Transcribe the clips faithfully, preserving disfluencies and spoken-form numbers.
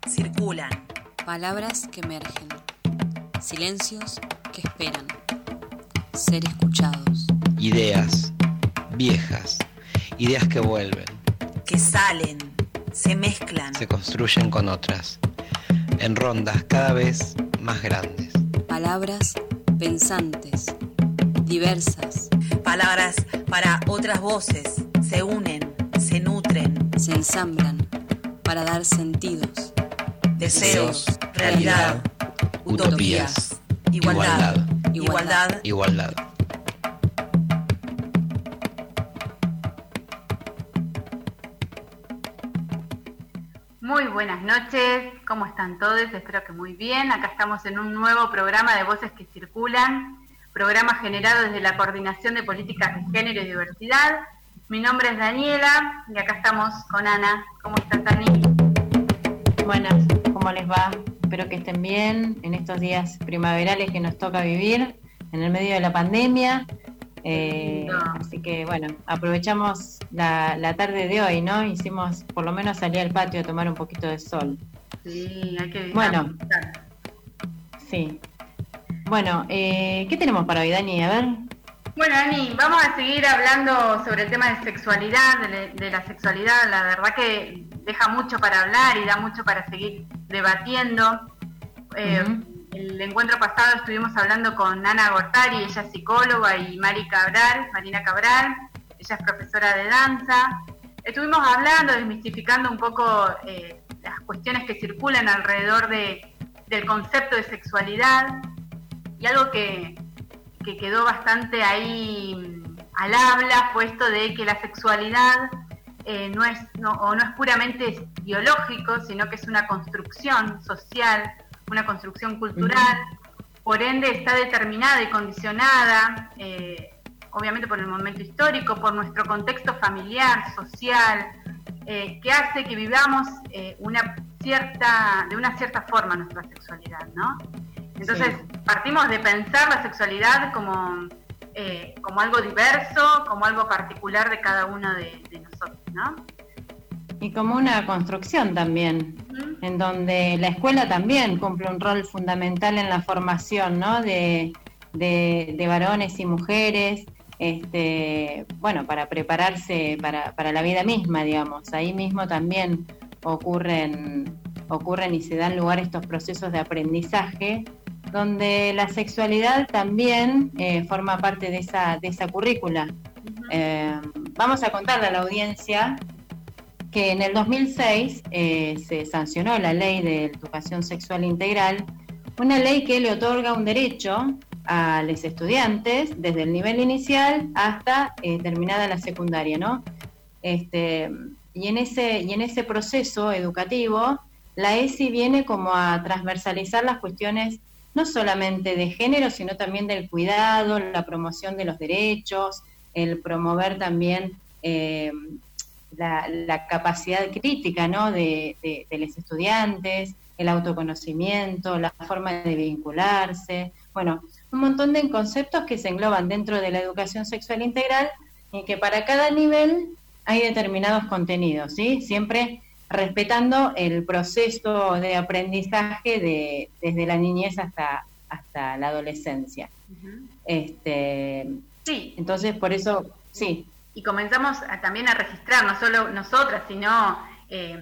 circulan. Palabras que emergen. Silencios que esperan. Ser escuchados. Ideas viejas, ideas que vuelven, Que salen, se mezclan. se construyen con otras, en rondas cada vez más grandes. Palabras pensantes, diversas. Palabras para otras voces. Se unen, se nutren. Se ensamblan para dar sentidos. Deseos, realidad, utopías, igualdad, igualdad, igualdad. Muy buenas noches, ¿cómo están todos? Espero que muy bien. Acá estamos en un nuevo programa de Voces que Circulan, programa generado desde la Coordinación de Políticas de Género y Diversidad. Mi nombre es Daniela y acá estamos con Ana. ¿Cómo estás, Dani? Buenas, ¿cómo les va? Espero que estén bien en estos días primaverales que nos toca vivir en el medio de la pandemia. Eh, no. Así que bueno, aprovechamos la, la tarde de hoy, ¿no? Hicimos, por lo menos salí al patio a tomar un poquito de sol. Sí, hay que... Bueno, sí. Bueno, eh, ¿qué tenemos para hoy, Dani? A ver. Bueno, Dani, vamos a seguir hablando sobre el tema de sexualidad, de, de la sexualidad. La verdad que deja mucho para hablar y da mucho para seguir debatiendo. Eh, uh-huh. El encuentro pasado estuvimos hablando con Ana Gortari, ella es psicóloga, y Mari Cabral, Marina Cabral, ella es profesora de danza. Estuvimos hablando, desmistificando un poco eh, las cuestiones que circulan alrededor de, del concepto de sexualidad, y algo que, que quedó bastante ahí al habla fue esto de que la sexualidad eh, no es no, o no es puramente biológico, sino que es una construcción social, una construcción cultural, por ende está determinada y condicionada, eh, obviamente por el momento histórico, por nuestro contexto familiar, social, eh, que hace que vivamos eh, una cierta, de una cierta forma nuestra sexualidad, ¿no? Entonces sí. Partimos de pensar la sexualidad como, eh, como algo diverso, como algo particular de cada uno de, de nosotros, ¿no? Y como una construcción también, uh-huh. en donde la escuela también cumple un rol fundamental en la formación, ¿no? de, de, de varones y mujeres, este, bueno, para prepararse para, para la vida misma, digamos. Ahí mismo también ocurren, ocurren y se dan lugar estos procesos de aprendizaje, donde la sexualidad también eh, forma parte de esa, de esa currícula. Uh-huh. Eh, vamos a contarle a la audiencia que en el dos mil seis eh, se sancionó la Ley de Educación Sexual Integral, una ley que le otorga un derecho a los estudiantes desde el nivel inicial hasta eh, terminada la secundaria, ¿no? Este, y en ese y en ese proceso educativo, la E S I viene como a transversalizar las cuestiones no solamente de género, sino también del cuidado, la promoción de los derechos, el promover también eh, La, la capacidad crítica, ¿no? de, de, de los estudiantes, el autoconocimiento, la forma de vincularse, bueno, un montón de conceptos que se engloban dentro de la educación sexual integral y que para cada nivel hay determinados contenidos, ¿sí? Siempre respetando el proceso de aprendizaje de, desde la niñez hasta, hasta la adolescencia. Uh-huh. Este, sí. Entonces, por eso, sí. Y comenzamos a, también a registrar, no solo nosotras, sino eh,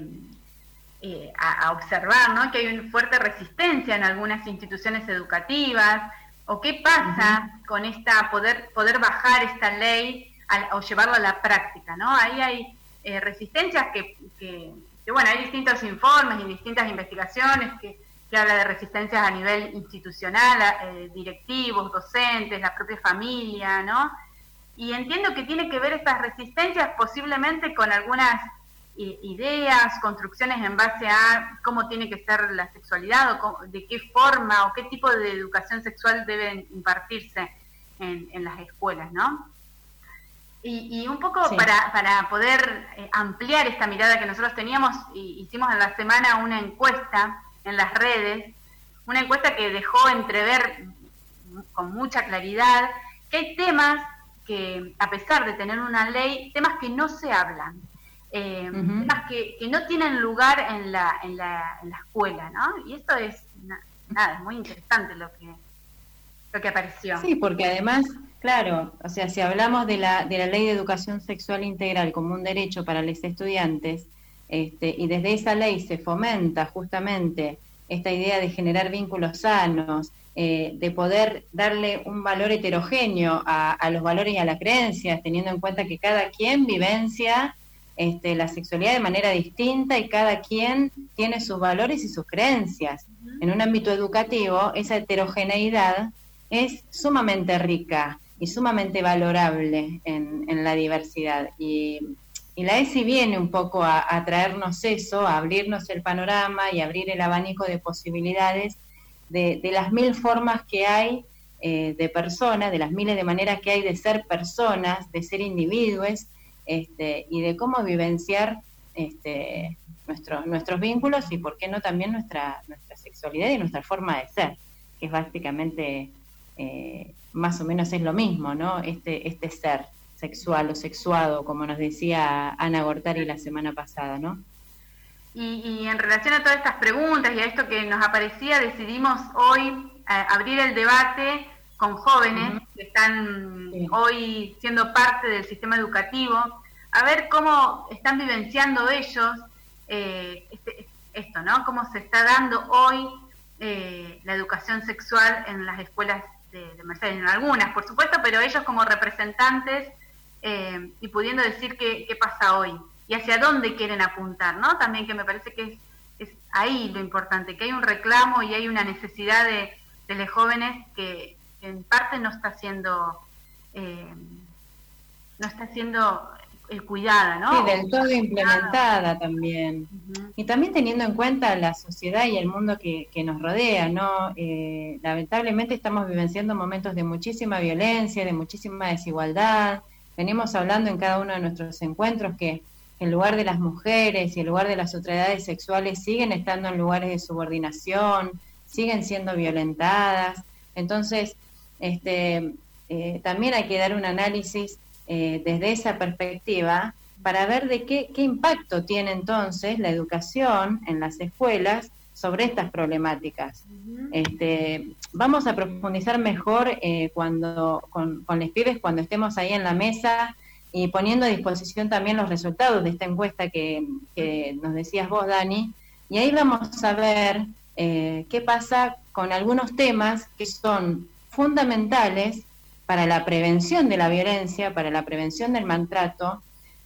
eh, a, a observar, ¿no? Que hay una fuerte resistencia en algunas instituciones educativas, o qué pasa uh-huh. con esta poder poder bajar esta ley a, o llevarla a la práctica, ¿no? Ahí hay eh, resistencias que, que, que, bueno, hay distintos informes y distintas investigaciones que, que habla de resistencias a nivel institucional, eh, directivos, docentes, la propia familia, ¿no? Y entiendo que tiene que ver estas resistencias posiblemente con algunas eh, ideas, construcciones en base a cómo tiene que ser la sexualidad, o cómo, de qué forma o qué tipo de educación sexual debe impartirse en, en las escuelas, ¿no? Y, y un poco sí. para, para poder eh, ampliar esta mirada que nosotros teníamos, y, hicimos en la semana una encuesta en las redes, una encuesta que dejó entrever con mucha claridad que hay temas que, a pesar de tener una ley, temas que no se hablan, eh, uh-huh. temas que, que no tienen lugar en la, en la, en la escuela, ¿no? Y esto es, nada, es muy interesante lo que, lo que apareció. Sí, porque además, claro, o sea, si hablamos de la, de la Ley de Educación Sexual Integral como un derecho para los estudiantes, este, y desde esa ley se fomenta justamente esta idea de generar vínculos sanos, eh, de poder darle un valor heterogéneo a, a los valores y a las creencias, teniendo en cuenta que cada quien vivencia este, la sexualidad de manera distinta y cada quien tiene sus valores y sus creencias. Uh-huh. En un ámbito educativo, esa heterogeneidad es sumamente rica y sumamente valorable en, en la diversidad. Y, y la ESI viene un poco a, a traernos eso, a abrirnos el panorama y abrir el abanico de posibilidades de, de las mil formas que hay eh, de personas, de las miles de maneras que hay de ser personas, de ser individuos, este, y de cómo vivenciar este, nuestros, nuestros vínculos y, por qué no, también nuestra, nuestra sexualidad y nuestra forma de ser, que es básicamente... Eh, más o menos es lo mismo, ¿no? Este, este ser sexual o sexuado, como nos decía Ana Gortari la semana pasada, ¿no? Y, y en relación a todas estas preguntas y a esto que nos aparecía, decidimos hoy eh, abrir el debate con jóvenes uh-huh. que están sí. hoy siendo parte del sistema educativo, a ver cómo están vivenciando ellos eh, este, esto, ¿no? Cómo se está dando hoy eh, la educación sexual en las escuelas de, de Mercedes, en algunas, por supuesto, pero ellos como representantes eh, y pudiendo decir qué, qué pasa hoy y hacia dónde quieren apuntar, ¿no? También, que me parece que es, es ahí lo importante, que hay un reclamo y hay una necesidad de, de los jóvenes que, que en parte no está siendo eh, no está siendo eh, cuidada, ¿no? Sí, del todo implementada también. Uh-huh. Y también teniendo en cuenta la sociedad y el mundo que, que nos rodea, ¿no? Eh, lamentablemente estamos vivenciando momentos de muchísima violencia, de muchísima desigualdad. Venimos hablando en cada uno de nuestros encuentros que el lugar de las mujeres y el lugar de las otredades sexuales siguen estando en lugares de subordinación, siguen siendo violentadas. Entonces, este, eh, también hay que dar un análisis eh, desde esa perspectiva para ver de qué, qué impacto tiene entonces la educación en las escuelas sobre estas problemáticas. Uh-huh. Este, vamos a profundizar mejor eh, cuando con, con los pibes cuando estemos ahí en la mesa y poniendo a disposición también los resultados de esta encuesta que, que nos decías vos, Dani, y ahí vamos a ver eh, qué pasa con algunos temas que son fundamentales para la prevención de la violencia, para la prevención del maltrato,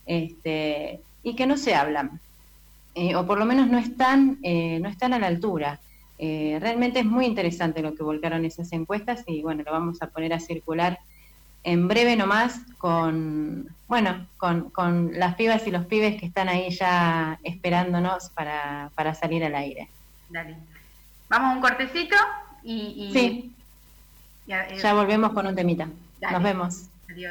este, y que no se hablan, eh, o por lo menos no están, eh, no están a la altura. Eh, realmente es muy interesante lo que volcaron esas encuestas y bueno, lo vamos a poner a circular en breve nomás con, bueno, con, con las pibas y los pibes que están ahí ya esperándonos para, para salir al aire. Dale. Vamos a un cortecito y... y... Sí, ya, eh... ya volvemos con un temita. Dale. Nos vemos. Adiós.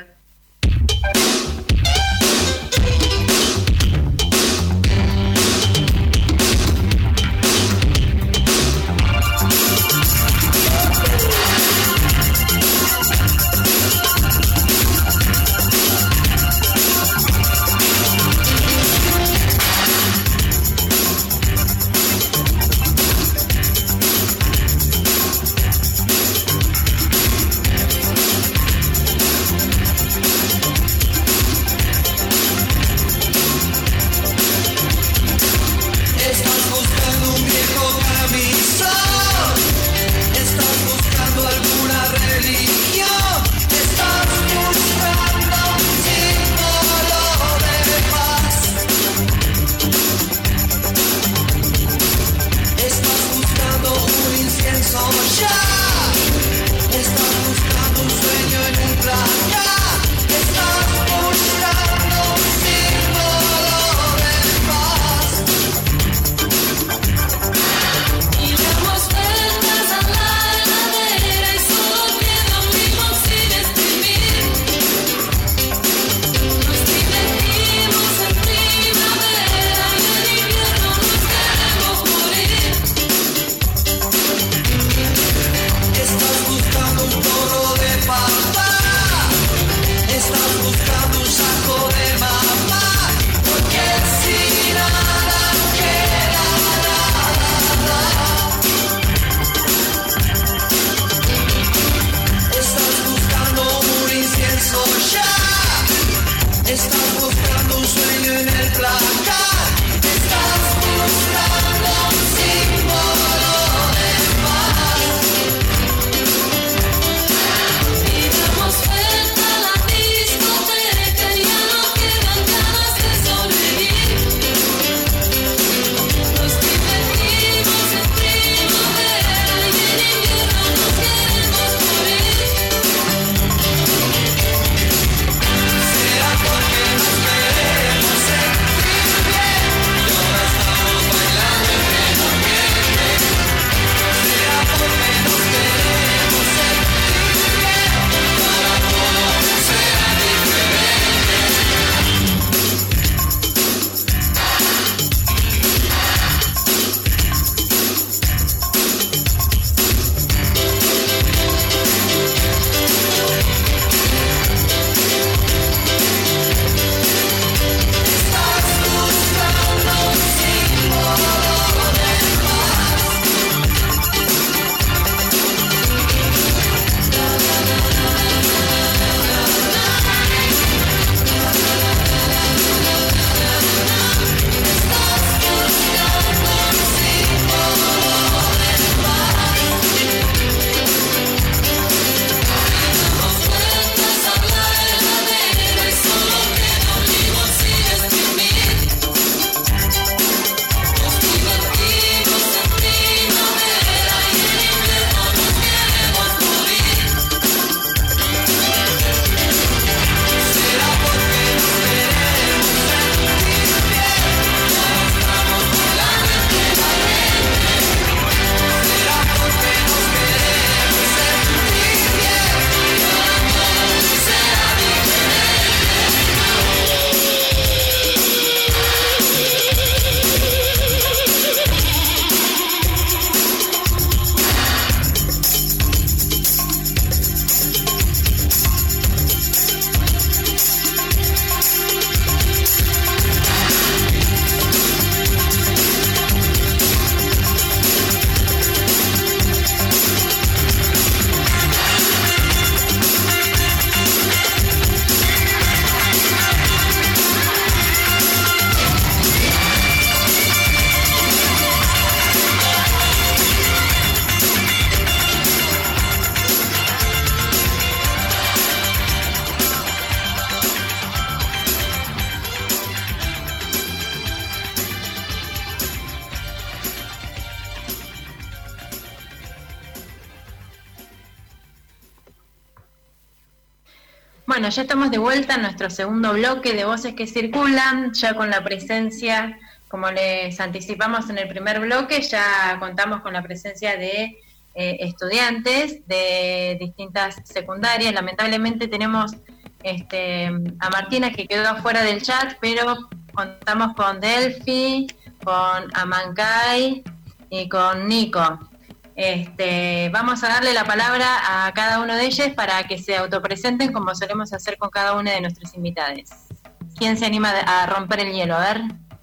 bueno, ya estamos de vuelta en nuestro segundo bloque de Voces que Circulan, ya con la presencia, como les anticipamos en el primer bloque, ya contamos con la presencia de eh, estudiantes de distintas secundarias. Lamentablemente tenemos este, a Martina, que quedó afuera del chat, pero contamos con Delphi, con Amancay y con Nico. Este, vamos a darle la palabra a cada uno de ellos para que se autopresenten como solemos hacer con cada una de nuestros invitados. ¿Quién se anima a romper el hielo? A ver.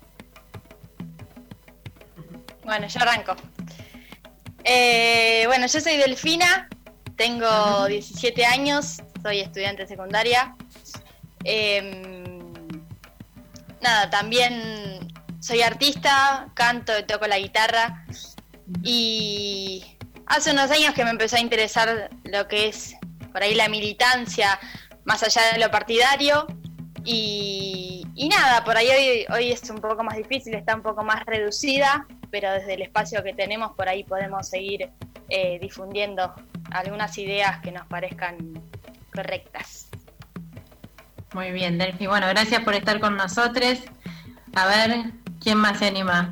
Bueno, yo arranco. Eh, bueno, yo soy Delfina, tengo diecisiete años, soy estudiante secundaria. Eh, nada, también soy artista, canto y toco la guitarra. Y hace unos años que me empezó a interesar lo que es por ahí la militancia más allá de lo partidario y, y nada, por ahí hoy, hoy es un poco más difícil, está un poco más reducida, pero desde el espacio que tenemos por ahí podemos seguir eh, difundiendo algunas ideas que nos parezcan correctas. Muy bien, Delphi, bueno, gracias por estar con nosotros. A ver, ¿quién más se anima?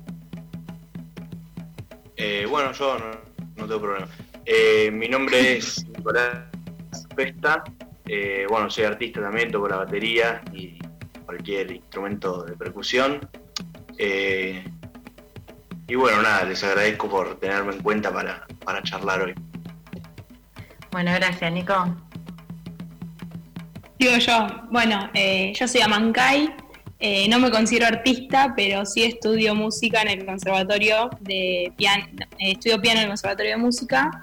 Eh, bueno, yo no, no tengo problema. Eh, mi nombre es Nicolás Pesta. Eh, bueno, soy artista también, toco la batería y cualquier instrumento de percusión. Eh, y bueno, nada, les agradezco por tenerme en cuenta para, para charlar hoy. Bueno, gracias, Nico. Digo yo, bueno, eh, yo soy Amancay. Eh, no me considero artista, pero sí estudio música en el conservatorio de piano, eh, estudio piano en el conservatorio de música.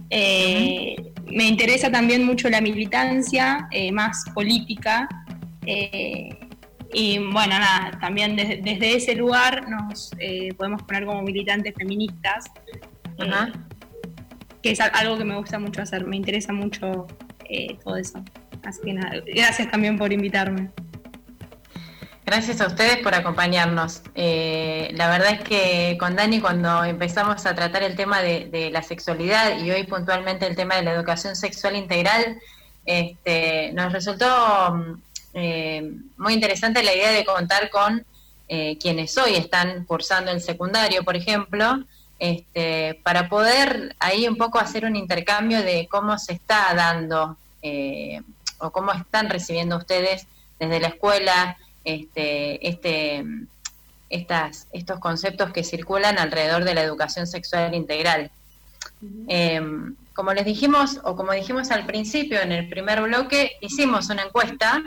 Eh, uh-huh. Me interesa también mucho la militancia, eh, más política. Eh, y bueno, nada, también desde, desde ese lugar nos eh, podemos poner como militantes feministas, uh-huh. eh, que es algo que me gusta mucho hacer, me interesa mucho eh, todo eso. Así que nada, gracias también por invitarme. Gracias a ustedes por acompañarnos. Eh, la verdad es que con Dani, cuando empezamos a tratar el tema de, de la sexualidad y hoy puntualmente el tema de la educación sexual integral, este, nos resultó eh, muy interesante la idea de contar con eh, quienes hoy están cursando el secundario, por ejemplo, este, para poder ahí un poco hacer un intercambio de cómo se está dando eh, o cómo están recibiendo ustedes desde la escuela Este, este, estas, estos conceptos que circulan alrededor de la educación sexual integral. Uh-huh. Eh, como les dijimos, o como dijimos al principio en el primer bloque, hicimos una encuesta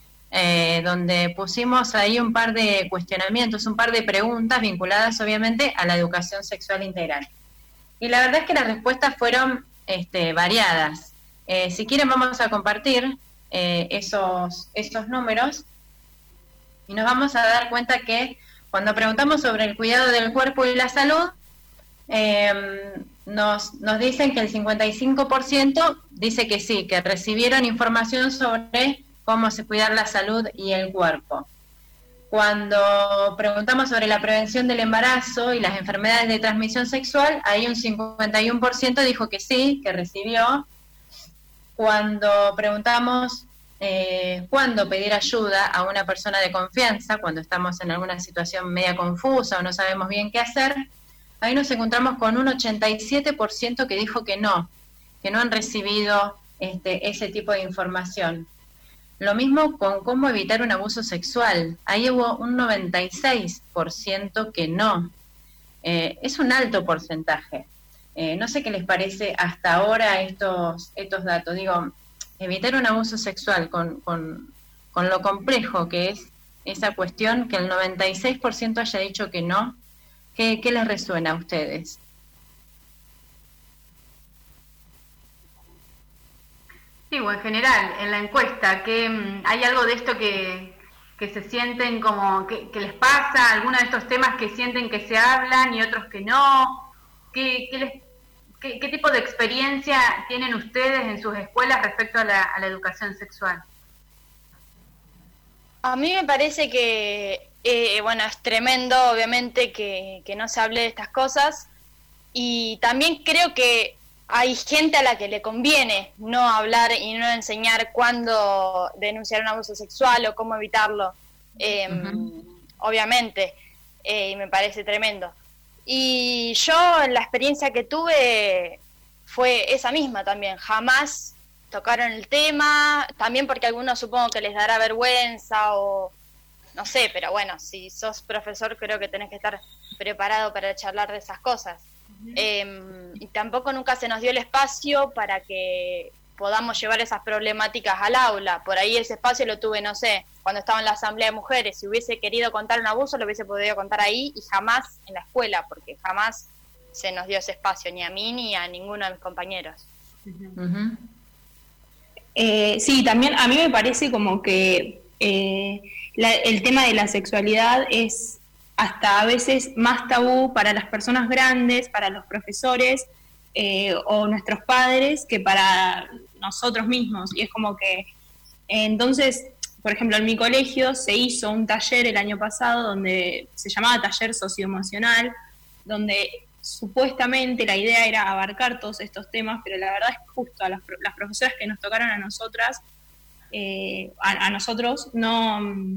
eh, donde pusimos ahí un par de cuestionamientos, un par de preguntas vinculadas obviamente a la educación sexual integral. Y la verdad es que las respuestas fueron este, variadas. Eh, si quieren vamos a compartir eh, esos, esos números. Y nos vamos a dar cuenta que cuando preguntamos sobre el cuidado del cuerpo y la salud, eh, nos, nos dicen que el cincuenta y cinco por ciento dice que sí, que recibieron información sobre cómo se cuidar la salud y el cuerpo. Cuando preguntamos sobre la prevención del embarazo y las enfermedades de transmisión sexual, ahí un cincuenta y uno por ciento dijo que sí, que recibió. Cuando preguntamos Eh, cuándo pedir ayuda a una persona de confianza, cuando estamos en alguna situación media confusa o no sabemos bien qué hacer, ahí nos encontramos con un ochenta y siete por ciento que dijo que no, que no han recibido este, ese tipo de información. Lo mismo con cómo evitar un abuso sexual, ahí hubo un noventa y seis por ciento que no. Eh, es un alto porcentaje. Eh, no sé qué les parece hasta ahora estos, estos datos, digo, evitar un abuso sexual con, con, con lo complejo que es esa cuestión, que el noventa y seis por ciento haya dicho que no, ¿qué, qué les resuena a ustedes? Sí, o en general, en la encuesta, que ¿hay algo de esto que, que se sienten como, que, que les pasa? ¿Alguno de estos temas que sienten que se hablan y otros que no? ¿Qué, qué les ¿Qué, ¿Qué tipo de experiencia tienen ustedes en sus escuelas respecto a la, a la educación sexual? A mí me parece que, eh, bueno, es tremendo, obviamente, que, que no se hable de estas cosas. Y también creo que hay gente a la que le conviene no hablar y no enseñar cuándo denunciar un abuso sexual o cómo evitarlo, eh, uh-huh. obviamente, eh, y me parece tremendo. Y yo, la experiencia que tuve fue esa misma también, jamás tocaron el tema, también porque a algunos supongo que les dará vergüenza o no sé, pero bueno, si sos profesor creo que tenés que estar preparado para charlar de esas cosas. Uh-huh. Eh, y tampoco nunca se nos dio el espacio para que podamos llevar esas problemáticas al aula. Por ahí ese espacio lo tuve, no sé, cuando estaba en la asamblea de mujeres. Si hubiese querido contar un abuso, lo hubiese podido contar ahí y jamás en la escuela, porque jamás se nos dio ese espacio, ni a mí ni a ninguno de mis compañeros. Uh-huh. Eh, sí, también a mí me parece como que eh, la, el tema de la sexualidad es hasta a veces más tabú para las personas grandes, para los profesores eh, o nuestros padres que para nosotros mismos. Y es como que, entonces, por ejemplo, en mi colegio se hizo un taller el año pasado donde se llamaba taller socioemocional, donde supuestamente la idea era abarcar todos estos temas, pero la verdad es que justo a las, las profesoras que nos tocaron a nosotras, eh, a, a nosotros, no,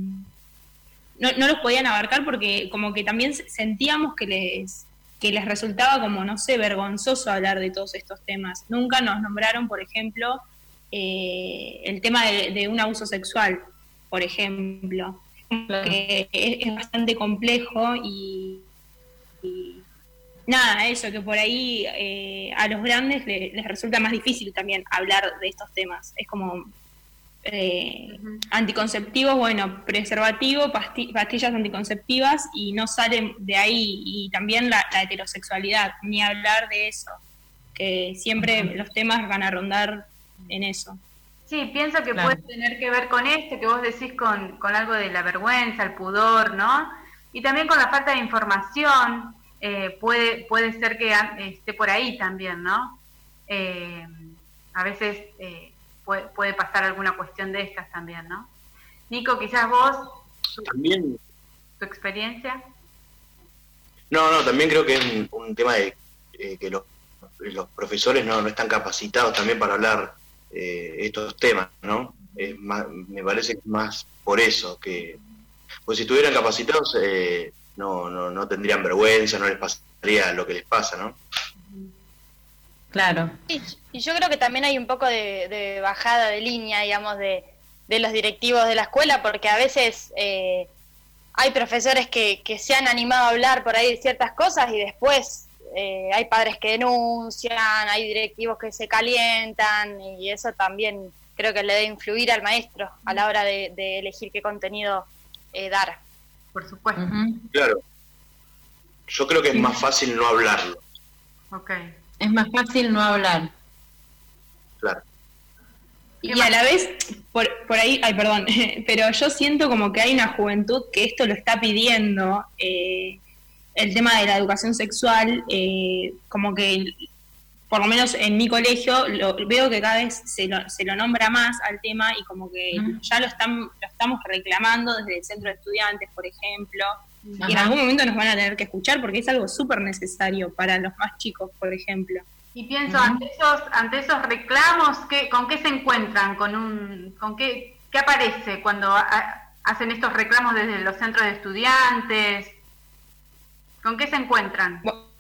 no, no los podían abarcar porque como que también sentíamos que les, que les resultaba como, no sé, vergonzoso hablar de todos estos temas. Nunca nos nombraron, por ejemplo, eh, el tema de, de un abuso sexual, por ejemplo, que es, es bastante complejo y, y nada, eso, que por ahí eh, a los grandes les, les resulta más difícil también hablar de estos temas. Es como eh, uh-huh. anticonceptivos, bueno, preservativo, pasti- pastillas anticonceptivas y no salen de ahí. Y también la, la heterosexualidad, ni hablar de eso, que siempre uh-huh. los temas van a rondar en eso. Sí, pienso que claro. puede tener que ver con esto que vos decís, con, con algo de la vergüenza, el pudor, ¿no? Y también con la falta de información. Eh, puede puede ser que esté por ahí también, ¿no? Eh, a veces eh, puede, puede pasar alguna cuestión de estas también, ¿no? Nico, quizás vos, tu, también tu experiencia. No, no, también creo que es un, un tema de eh, que los, los profesores no, no están capacitados también para hablar eh, estos temas, ¿no? Es más, me parece que es más por eso, que pues si estuvieran capacitados... Eh, No, no, no tendrían vergüenza, no les pasaría lo que les pasa, ¿no? Claro. Y, y yo creo que también hay un poco de, de bajada de línea, digamos, de, de los directivos de la escuela, porque a veces eh, hay profesores que, que se han animado a hablar por ahí de ciertas cosas y después eh, hay padres que denuncian, hay directivos que se calientan y eso también creo que le debe influir al maestro a la hora de, de elegir qué contenido eh, dar. Por supuesto. Uh-huh. Claro. Yo creo que es más fácil no hablarlo. Okay. Es más fácil no hablar. Claro. Y a la vez, por, por ahí, ay, perdón, pero yo siento como que hay una juventud que esto lo está pidiendo, eh, el tema de la educación sexual, eh, como que, por lo menos en mi colegio, lo, veo que cada vez se lo, se lo nombra más al tema y como que uh-huh. ya lo, están, lo estamos reclamando desde el centro de estudiantes, por ejemplo, uh-huh. y en algún momento nos van a tener que escuchar porque es algo súper necesario para los más chicos, por ejemplo. Y pienso, Uh-huh. ante esos ante esos reclamos, ¿qué, ¿con qué se encuentran? ¿Con un con qué, qué aparece cuando a, hacen estos reclamos desde los centros de estudiantes? ¿Con qué se encuentran?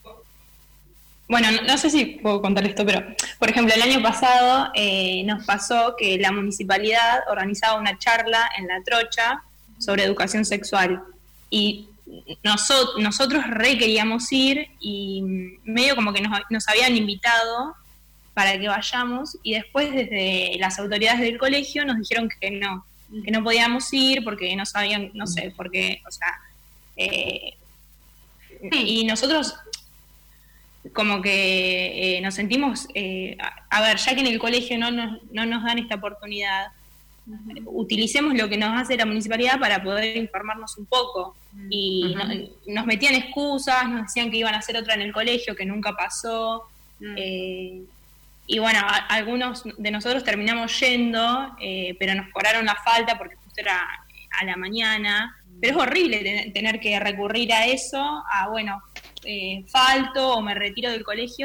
Bueno, no, no sé si puedo contar esto, pero, por ejemplo, el año pasado eh, nos pasó que la municipalidad organizaba una charla en La Trocha sobre educación sexual. Y noso- nosotros re queríamos ir y medio como que nos, nos habían invitado para que vayamos y después desde las autoridades del colegio nos dijeron que no, que no podíamos ir porque no sabían, no sé, porque, o sea, eh, Sí. y nosotros como que eh, nos sentimos, eh, a, a ver, ya que en el colegio no nos, no nos dan esta oportunidad, uh-huh. utilicemos lo que nos hace la municipalidad para poder informarnos un poco. Uh-huh. Y no, nos metían excusas, nos decían que iban a hacer otra en el colegio, que nunca pasó. Uh-huh. Eh, y bueno, a, algunos de nosotros terminamos yendo, eh, pero nos cobraron la falta porque justo era a la mañana. Pero es horrible ten, tener que recurrir a eso, a bueno, eh, falto o me retiro del colegio,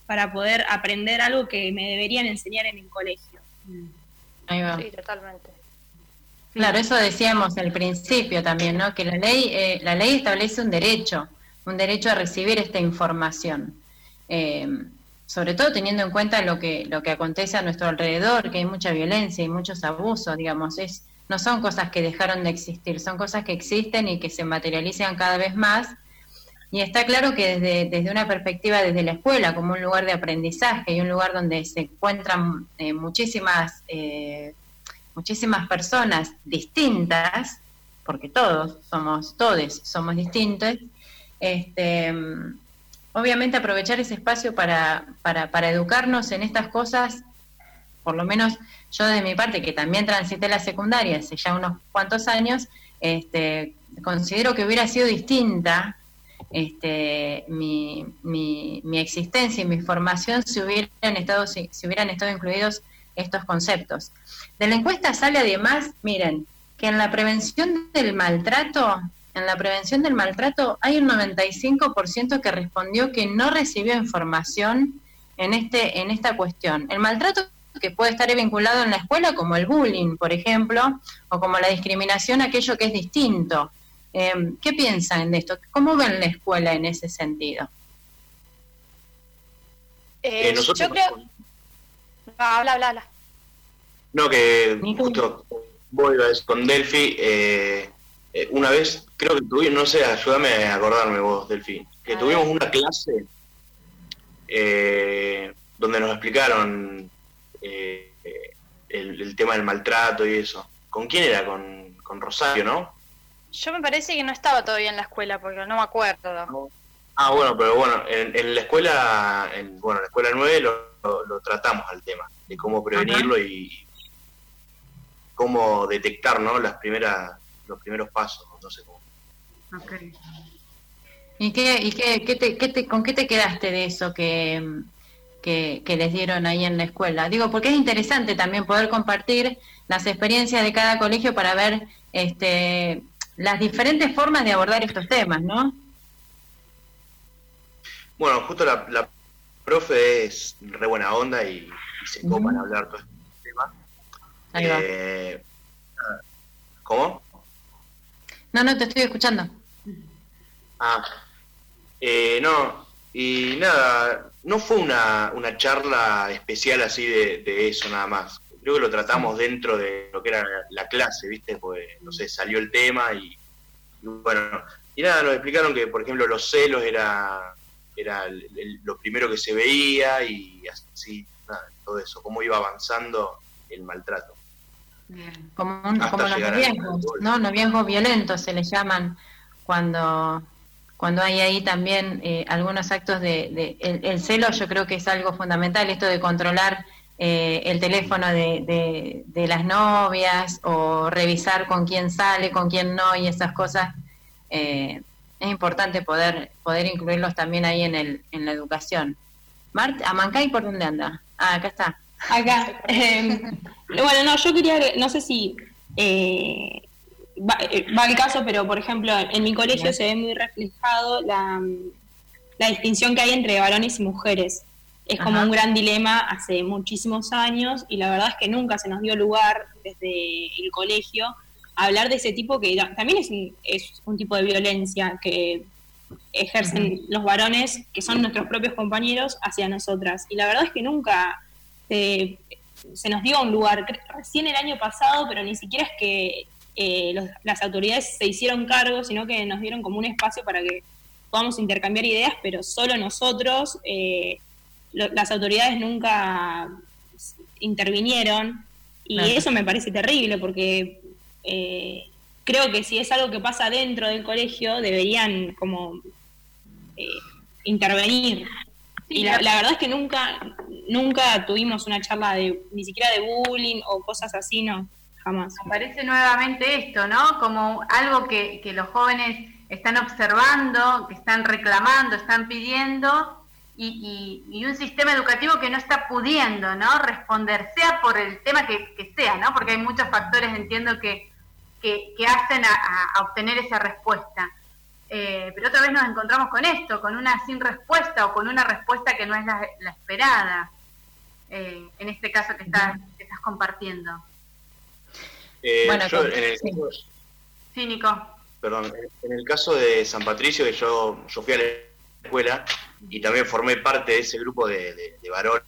para poder aprender algo que me deberían enseñar en el colegio. Ahí va. Sí, totalmente. Claro, eso decíamos al principio también, ¿no? Que la ley, eh, la ley establece un derecho, un derecho a recibir esta información. Eh, sobre todo teniendo en cuenta lo que lo que acontece a nuestro alrededor, que hay mucha violencia y muchos abusos, digamos, es no son cosas que dejaron de existir, son cosas que existen y que se materializan cada vez más, y está claro que desde, desde una perspectiva desde la escuela, como un lugar de aprendizaje y un lugar donde se encuentran eh, muchísimas eh, muchísimas personas distintas, porque todos somos, todos somos distintos, este obviamente aprovechar ese espacio para, para, para educarnos en estas cosas, por lo menos yo de mi parte, que también transité la secundaria hace ya unos cuantos años, este, considero que hubiera sido distinta este, mi, mi, mi existencia y mi formación si hubieran estado, si, si hubieran estado incluidos estos conceptos. De la encuesta sale además, miren, que en la prevención del maltrato, en la prevención del maltrato hay un noventa y cinco por ciento que respondió que no recibió información en este en esta cuestión. El maltrato que puede estar vinculado en la escuela, como el bullying, por ejemplo, o como la discriminación, aquello que es distinto. Eh, ¿Qué piensan de esto? ¿Cómo ven la escuela en ese sentido? Eh, Eh, nosotros- yo creo... No, habla, habla, habla. No, que Nico. justo voy a decir, con Delphi, eh, eh, una vez, creo que tuvimos, no sé, ayúdame a acordarme vos, Delphi, que A tuvimos ver. una clase eh, donde nos explicaron eh, eh, el, el tema del maltrato y eso. ¿Con quién era? Con, con Rosario, ¿no? Yo me parece que no estaba todavía en la escuela, porque no me acuerdo. Ah, bueno, pero bueno, en, en la escuela, en, bueno, en la escuela nueve lo, lo, lo tratamos al tema, de cómo prevenirlo y cómo detectar, ¿no? Las primeras, los primeros pasos, no sé cómo. Okay. ¿Y qué, y qué, qué te, qué te, con qué te quedaste de eso que, que, que les dieron ahí en la escuela? Digo, porque es interesante también poder compartir las experiencias de cada colegio para ver este, las diferentes formas de abordar estos temas, ¿no? Bueno, justo la, la profe es re buena onda y, y se copan Ujú. a hablar todo este tema. Ahí va. Eh, ¿Cómo? No, no, te estoy escuchando. Ah, eh, no, y nada, no fue una, una charla especial así de, de eso nada más. Creo que lo tratamos dentro de lo que era la clase, ¿viste? Pues, no sé, salió el tema y, y bueno, y nada, nos explicaron que, por ejemplo, los celos era, era el- el- lo primero que se veía y así, nada, todo eso, cómo iba avanzando el maltrato. Bien. Como, un, Hasta como los llegar al noviazgos, alcohol. ¿no? Noviazgos violentos se les llaman cuando cuando hay ahí también eh, algunos actos de, de el, el celo. Yo creo que es algo fundamental, esto de controlar eh, el teléfono de, de, de las novias o revisar con quién sale, con quién no y esas cosas. Eh, es importante poder poder incluirlos también ahí en el en la educación. Mart, ¿Amancay por dónde anda? Ah, acá está. Acá. Eh, bueno, no, yo quería, no sé si eh, va, eh, va al caso, pero por ejemplo, en mi colegio se ve muy reflejado la, la distinción que hay entre varones y mujeres. Es como Ajá. un gran dilema hace muchísimos años y la verdad es que nunca se nos dio lugar desde el colegio a hablar de ese tipo que da- también es un, es un tipo de violencia que ejercen los varones, que son nuestros propios compañeros, hacia nosotras. Y la verdad es que nunca eh, se nos dio un lugar, cre- recién el año pasado, pero ni siquiera es que eh, los- las autoridades se hicieron cargo, sino que nos dieron como un espacio para que podamos intercambiar ideas, pero solo nosotros, eh, lo- las autoridades nunca intervinieron, y Claro. eso me parece terrible, porque eh, creo que si es algo que pasa dentro del colegio, deberían como eh, intervenir. Y la, la verdad es que nunca nunca tuvimos una charla de ni siquiera de bullying o cosas así, no, jamás. Aparece nuevamente esto, ¿no? Como algo que, que los jóvenes están observando, que están reclamando, están pidiendo, y, y, y un sistema educativo que no está pudiendo, ¿no? Responder, sea por el tema que, que sea, ¿no? Porque hay muchos factores, entiendo, que, que, que hacen a, a obtener esa respuesta. Eh, pero otra vez nos encontramos con esto, con una sin respuesta o con una respuesta que no es la, la esperada, eh, en este caso que estás, que estás compartiendo. Eh, bueno, yo, con, en el sí. caso, Sí, Nico. perdón, en el caso de San Patricio, que yo, yo fui a la escuela y también formé parte de ese grupo de, de, de varones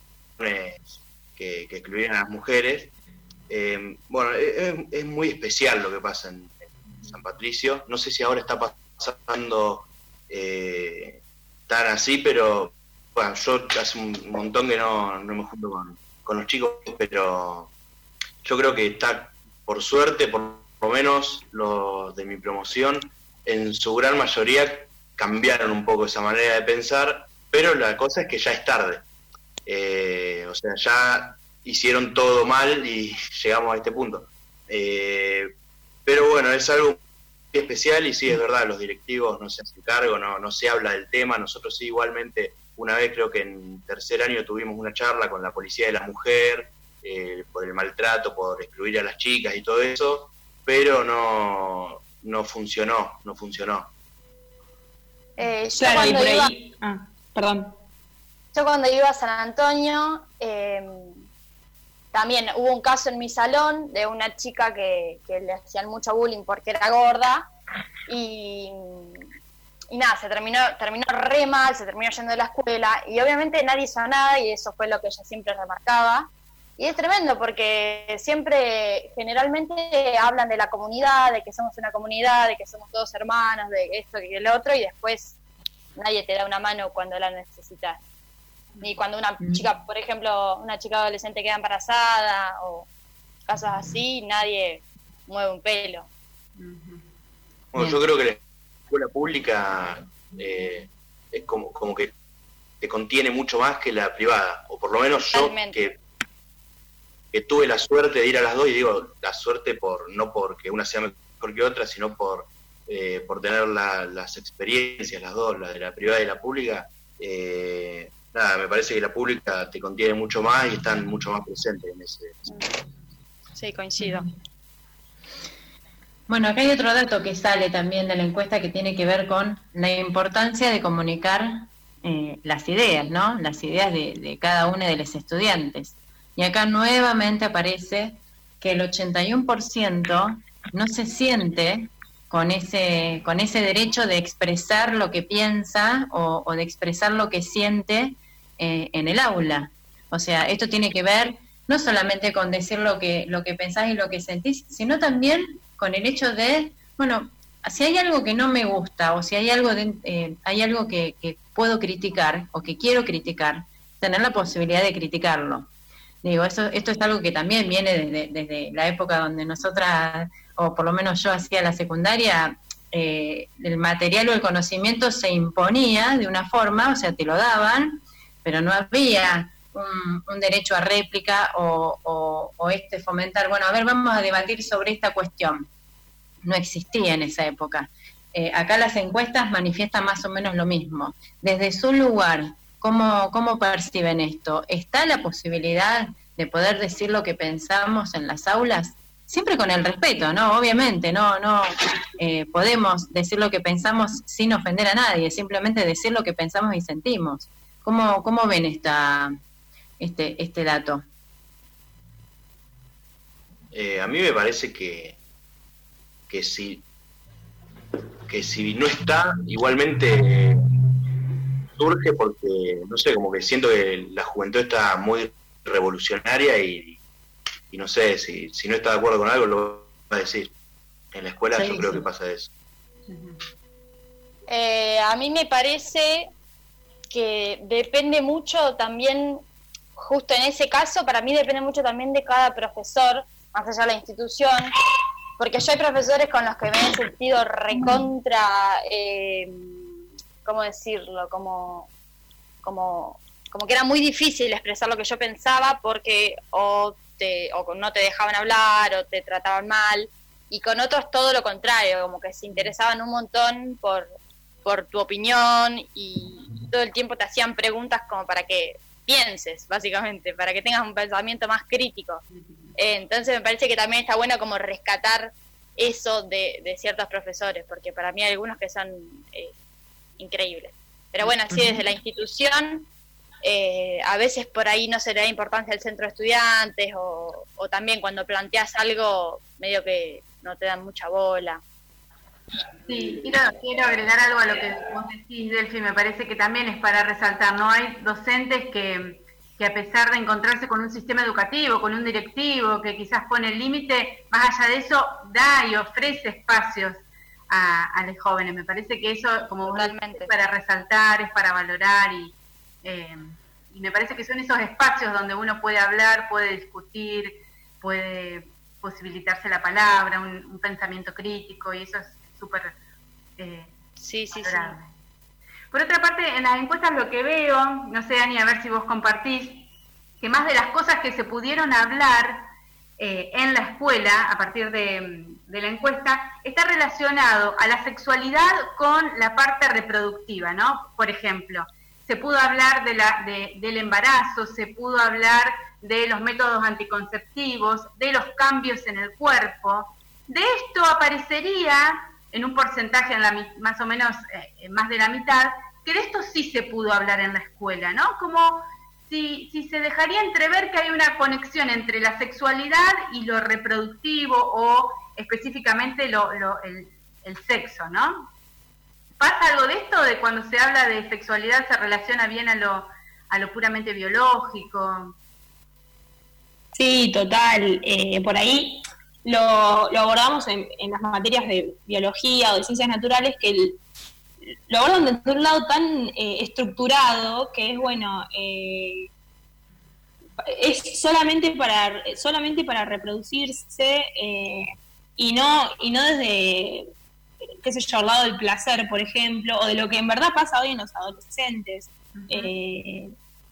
que, que excluían a las mujeres. Eh, bueno, es, es muy especial lo que pasa en, en San Patricio. No sé si ahora está pasando eh, tan así, pero bueno, yo hace un montón que no, no me junto con, con los chicos, pero yo creo que está, por suerte, por lo menos los de mi promoción, en su gran mayoría cambiaron un poco esa manera de pensar, pero la cosa es que ya es tarde. Eh, o sea, ya hicieron todo mal y llegamos a este punto. Eh, pero bueno, es algo muy especial y sí, es verdad, los directivos no se hacen cargo, no, no se habla del tema. Nosotros sí, igualmente, una vez creo que en tercer año tuvimos una charla con la policía de la mujer, eh, por el maltrato, por excluir a las chicas y todo eso, pero no, no funcionó, no funcionó. Eh, yo Claro, y cuando por iba, ahí... Ah, perdón. yo cuando iba a San Antonio, eh, también hubo un caso en mi salón de una chica que, que le hacían mucho bullying porque era gorda y, y nada, se terminó, terminó re mal, se terminó yendo de la escuela y obviamente nadie hizo nada y eso fue lo que ella siempre remarcaba. Y es tremendo porque siempre, generalmente hablan de la comunidad, de que somos una comunidad, de que somos todos hermanos, de esto y el otro, y después nadie te da una mano cuando la necesitas. Ni cuando una chica, por ejemplo, una chica adolescente queda embarazada o cosas así, nadie mueve un pelo. Bueno, yo creo que la escuela pública eh, es como, como que te contiene mucho más que la privada, o por lo menos yo Totalmente. que, que tuve la suerte de ir a las dos, y digo la suerte por no porque una sea mejor que otra, sino por eh, por tener la, las experiencias, las dos, la de la privada y la pública. Eh, nada, me parece que la pública te contiene mucho más y están mucho más presentes en ese. Sí, coincido. Bueno, acá hay otro dato que sale también de la encuesta que tiene que ver con la importancia de comunicar eh, las ideas, ¿no? Las ideas de, de cada uno de los estudiantes. Y acá nuevamente aparece que el ochenta y uno por ciento no se siente con ese, con ese derecho de expresar lo que piensa o, o de expresar lo que siente eh, en el aula. O sea, esto tiene que ver no solamente con decir lo que, lo que pensás y lo que sentís, sino también con el hecho de, bueno, si hay algo que no me gusta o si hay algo de, eh, hay algo que, que puedo criticar o que quiero criticar, tener la posibilidad de criticarlo. Digo, eso, esto es algo que también viene desde, desde la época donde nosotras, o por lo menos yo hacía la secundaria, eh, el material o el conocimiento se imponía de una forma, o sea, te lo daban, pero no había un, un derecho a réplica o, o, o este fomentar, bueno, a ver, vamos a debatir sobre esta cuestión. No existía en esa época. Eh, acá las encuestas manifiestan más o menos lo mismo. Desde su lugar, ¿Cómo, ¿Cómo perciben esto? ¿Está la posibilidad de poder decir lo que pensamos en las aulas? Siempre con el respeto, ¿no? Obviamente, no no eh, podemos decir lo que pensamos sin ofender a nadie, simplemente decir lo que pensamos y sentimos. ¿Cómo, cómo ven esta este este dato? Eh, a mí me parece que que si que si no está, igualmente surge porque, no sé, como que siento que la juventud está muy revolucionaria y, y no sé, si, si no está de acuerdo con algo lo va a decir. En la escuela sí, yo creo sí. que pasa eso. Eh, a mí me parece que depende mucho también, justo en ese caso, para mí depende mucho también de cada profesor, más allá de la institución, porque yo hay profesores con los que me he sentido recontra... Eh, ¿cómo decirlo? Como, como, como que era muy difícil expresar lo que yo pensaba porque o, te, o no te dejaban hablar o te trataban mal, y con otros todo lo contrario, como que se interesaban un montón por, por tu opinión y todo el tiempo te hacían preguntas como para que pienses, básicamente, para que tengas un pensamiento más crítico. Eh, entonces me parece que también está bueno como rescatar eso de, de ciertos profesores, porque para mí hay algunos que son eh, increíbles. Pero bueno, así desde la institución, eh, a veces por ahí no se le da importancia al centro de estudiantes, o, o también cuando planteas algo, medio que no te dan mucha bola. Sí, quiero, quiero agregar algo a lo que vos decís, Delphi, me parece que también es para resaltar, ¿no? Hay docentes que, que a pesar de encontrarse con un sistema educativo, con un directivo que quizás pone el límite, más allá de eso, da y ofrece espacios a, a los jóvenes. Me parece que eso, como vos decís, es para resaltar, es para valorar, y, eh, y me parece que son esos espacios donde uno puede hablar, puede discutir, puede posibilitarse la palabra, un, un pensamiento crítico, y eso es súper eh, sí, sí, sí. Por otra parte, en las encuestas lo que veo, no sé, Ani, a ver si vos compartís, que más de las cosas que se pudieron hablar eh, en la escuela, a partir de, de la encuesta, está relacionado a la sexualidad con la parte reproductiva, ¿no? Por ejemplo, se pudo hablar de la, de, del embarazo, se pudo hablar de los métodos anticonceptivos, de los cambios en el cuerpo. De esto aparecería en un porcentaje en la, más o menos eh, más de la mitad, que de esto sí se pudo hablar en la escuela, ¿no? Como si, si se dejaría entrever que hay una conexión entre la sexualidad y lo reproductivo, o específicamente lo, lo, el, el sexo, ¿no? ¿Pasa algo de esto, de cuando se habla de sexualidad se relaciona bien a lo, a lo puramente biológico? Sí, total. Eh, por ahí Lo, lo abordamos en, en las materias de biología o de ciencias naturales, que el, lo abordan desde un lado tan eh, estructurado que es, bueno, eh, es solamente para solamente para reproducirse, eh, y no y no desde, qué sé yo, al lado del placer, por ejemplo, o de lo que en verdad pasa hoy en los adolescentes. Uh-huh. eh,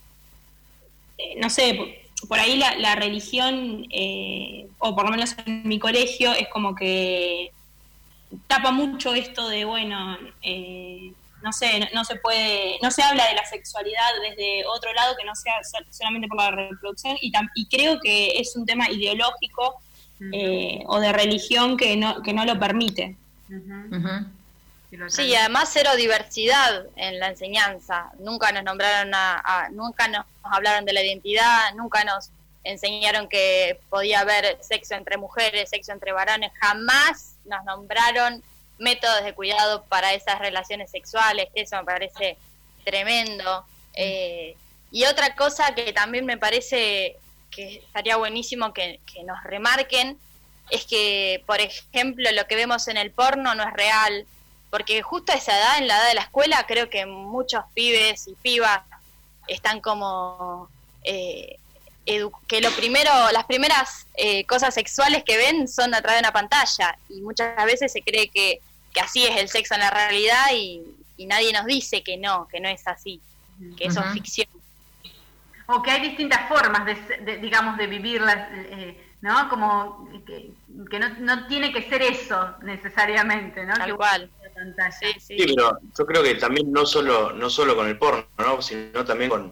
eh, no sé, por ahí la, la religión, eh, o por lo menos en mi colegio, es como que tapa mucho esto de, bueno, eh, no sé, no, no se puede, no se habla de la sexualidad desde otro lado que no sea solamente por la reproducción, y, tam, y creo que es un tema ideológico eh, o de religión que no, que no lo permite. Uh-huh. Uh-huh. Sí, y además cero diversidad en la enseñanza. Nunca nos nombraron a, a, nunca nos hablaron de la identidad, nunca nos enseñaron que podía haber sexo entre mujeres, sexo entre varones, jamás nos nombraron métodos de cuidado para esas relaciones sexuales, que eso me parece tremendo. Eh, y otra cosa que también me parece que estaría buenísimo que, que nos remarquen es que, por ejemplo, lo que vemos en el porno no es real. Porque justo a esa edad, en la edad de la escuela, creo que muchos pibes y pibas están como eh, edu- que lo primero, las primeras eh, cosas sexuales que ven son a través de una pantalla, y muchas veces se cree que, que así es el sexo en la realidad, y, y nadie nos dice que no, que no es así, que eso uh-huh. es ficción. O que hay distintas formas de, de digamos, de vivirlas, eh, ¿no? Como que, que no, no tiene que ser eso necesariamente, ¿no? Tal que cual. Sí, sí. sí, pero yo creo que también no solo no solo con el porno, ¿no? Sino también con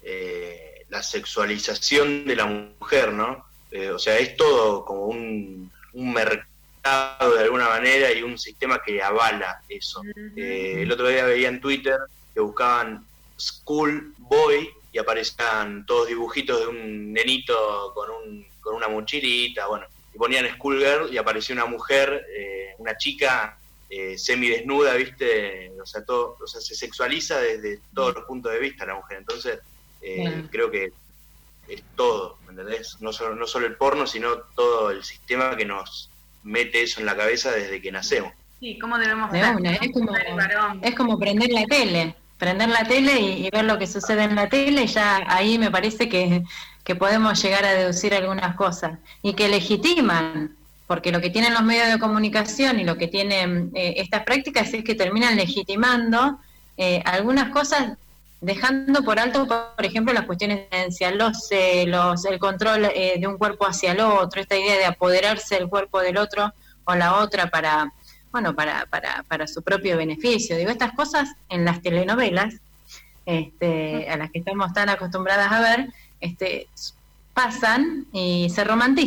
eh, la sexualización de la mujer, ¿no? Eh, o sea, es todo como un, un mercado de alguna manera, y un sistema que avala eso. Uh-huh. Eh, el otro día veía en Twitter que buscaban School Boy y aparecían todos dibujitos de un nenito con un con una mochilita, bueno, y ponían Schoolgirl y apareció una mujer, eh, una chica Eh, semidesnuda, ¿viste? O sea, todo, o sea, se sexualiza desde todos los puntos de vista la mujer. Entonces, eh, yeah. creo que es todo, ¿me entendés? No solo, no solo el porno, sino todo el sistema que nos mete eso en la cabeza desde que nacemos. Sí, ¿cómo debemos de una, es como, es como prender la tele, prender la tele y, y ver lo que sucede en la tele, y ya ahí me parece que, que podemos llegar a deducir algunas cosas, y que legitiman. Porque lo que tienen los medios de comunicación y lo que tienen eh, estas prácticas es que terminan legitimando eh, algunas cosas, dejando por alto, por ejemplo, las cuestiones de herencia, los celos, el control eh, de un cuerpo hacia el otro, esta idea de apoderarse del cuerpo del otro o la otra para, bueno, para, para, para su propio beneficio. Digo, estas cosas en las telenovelas, este, a las que estamos tan acostumbradas a ver, este, pasan y se romantiza.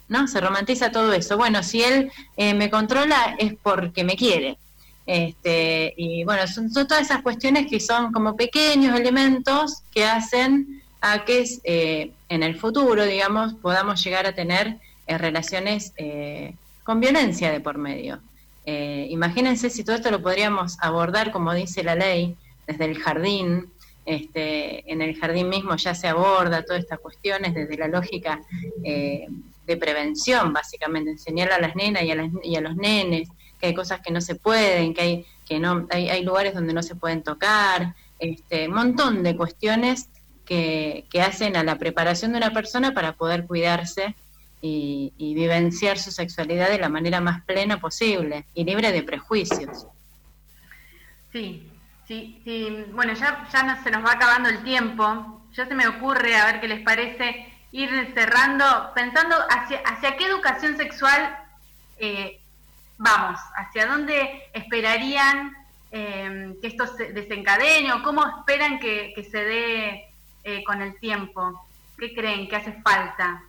¿no? Se romantiza todo eso. Bueno, si él eh, me controla es porque me quiere. Este, y bueno, son, son todas esas cuestiones que son como pequeños elementos que hacen a que eh, en el futuro, digamos, podamos llegar a tener eh, relaciones eh, con violencia de por medio. Eh, imagínense si todo esto lo podríamos abordar, como dice la ley, desde el jardín. Este, en el jardín mismo ya se aborda todas estas cuestiones desde la lógica eh, de prevención, básicamente, enseñar a las nenas y a, las, y a los nenes que hay cosas que no se pueden, que hay que no hay, hay lugares donde no se pueden tocar, este, un montón de cuestiones que, que hacen a la preparación de una persona para poder cuidarse y, y vivenciar su sexualidad de la manera más plena posible y libre de prejuicios. Sí, sí, sí. Bueno, ya, ya no, se nos va acabando el tiempo. Ya se me ocurre, a ver qué les parece, ir cerrando, pensando hacia, hacia qué educación sexual eh, vamos, hacia dónde esperarían eh, que esto se desencadene o cómo esperan que, que se dé eh, con el tiempo. ¿Qué creen que hace falta?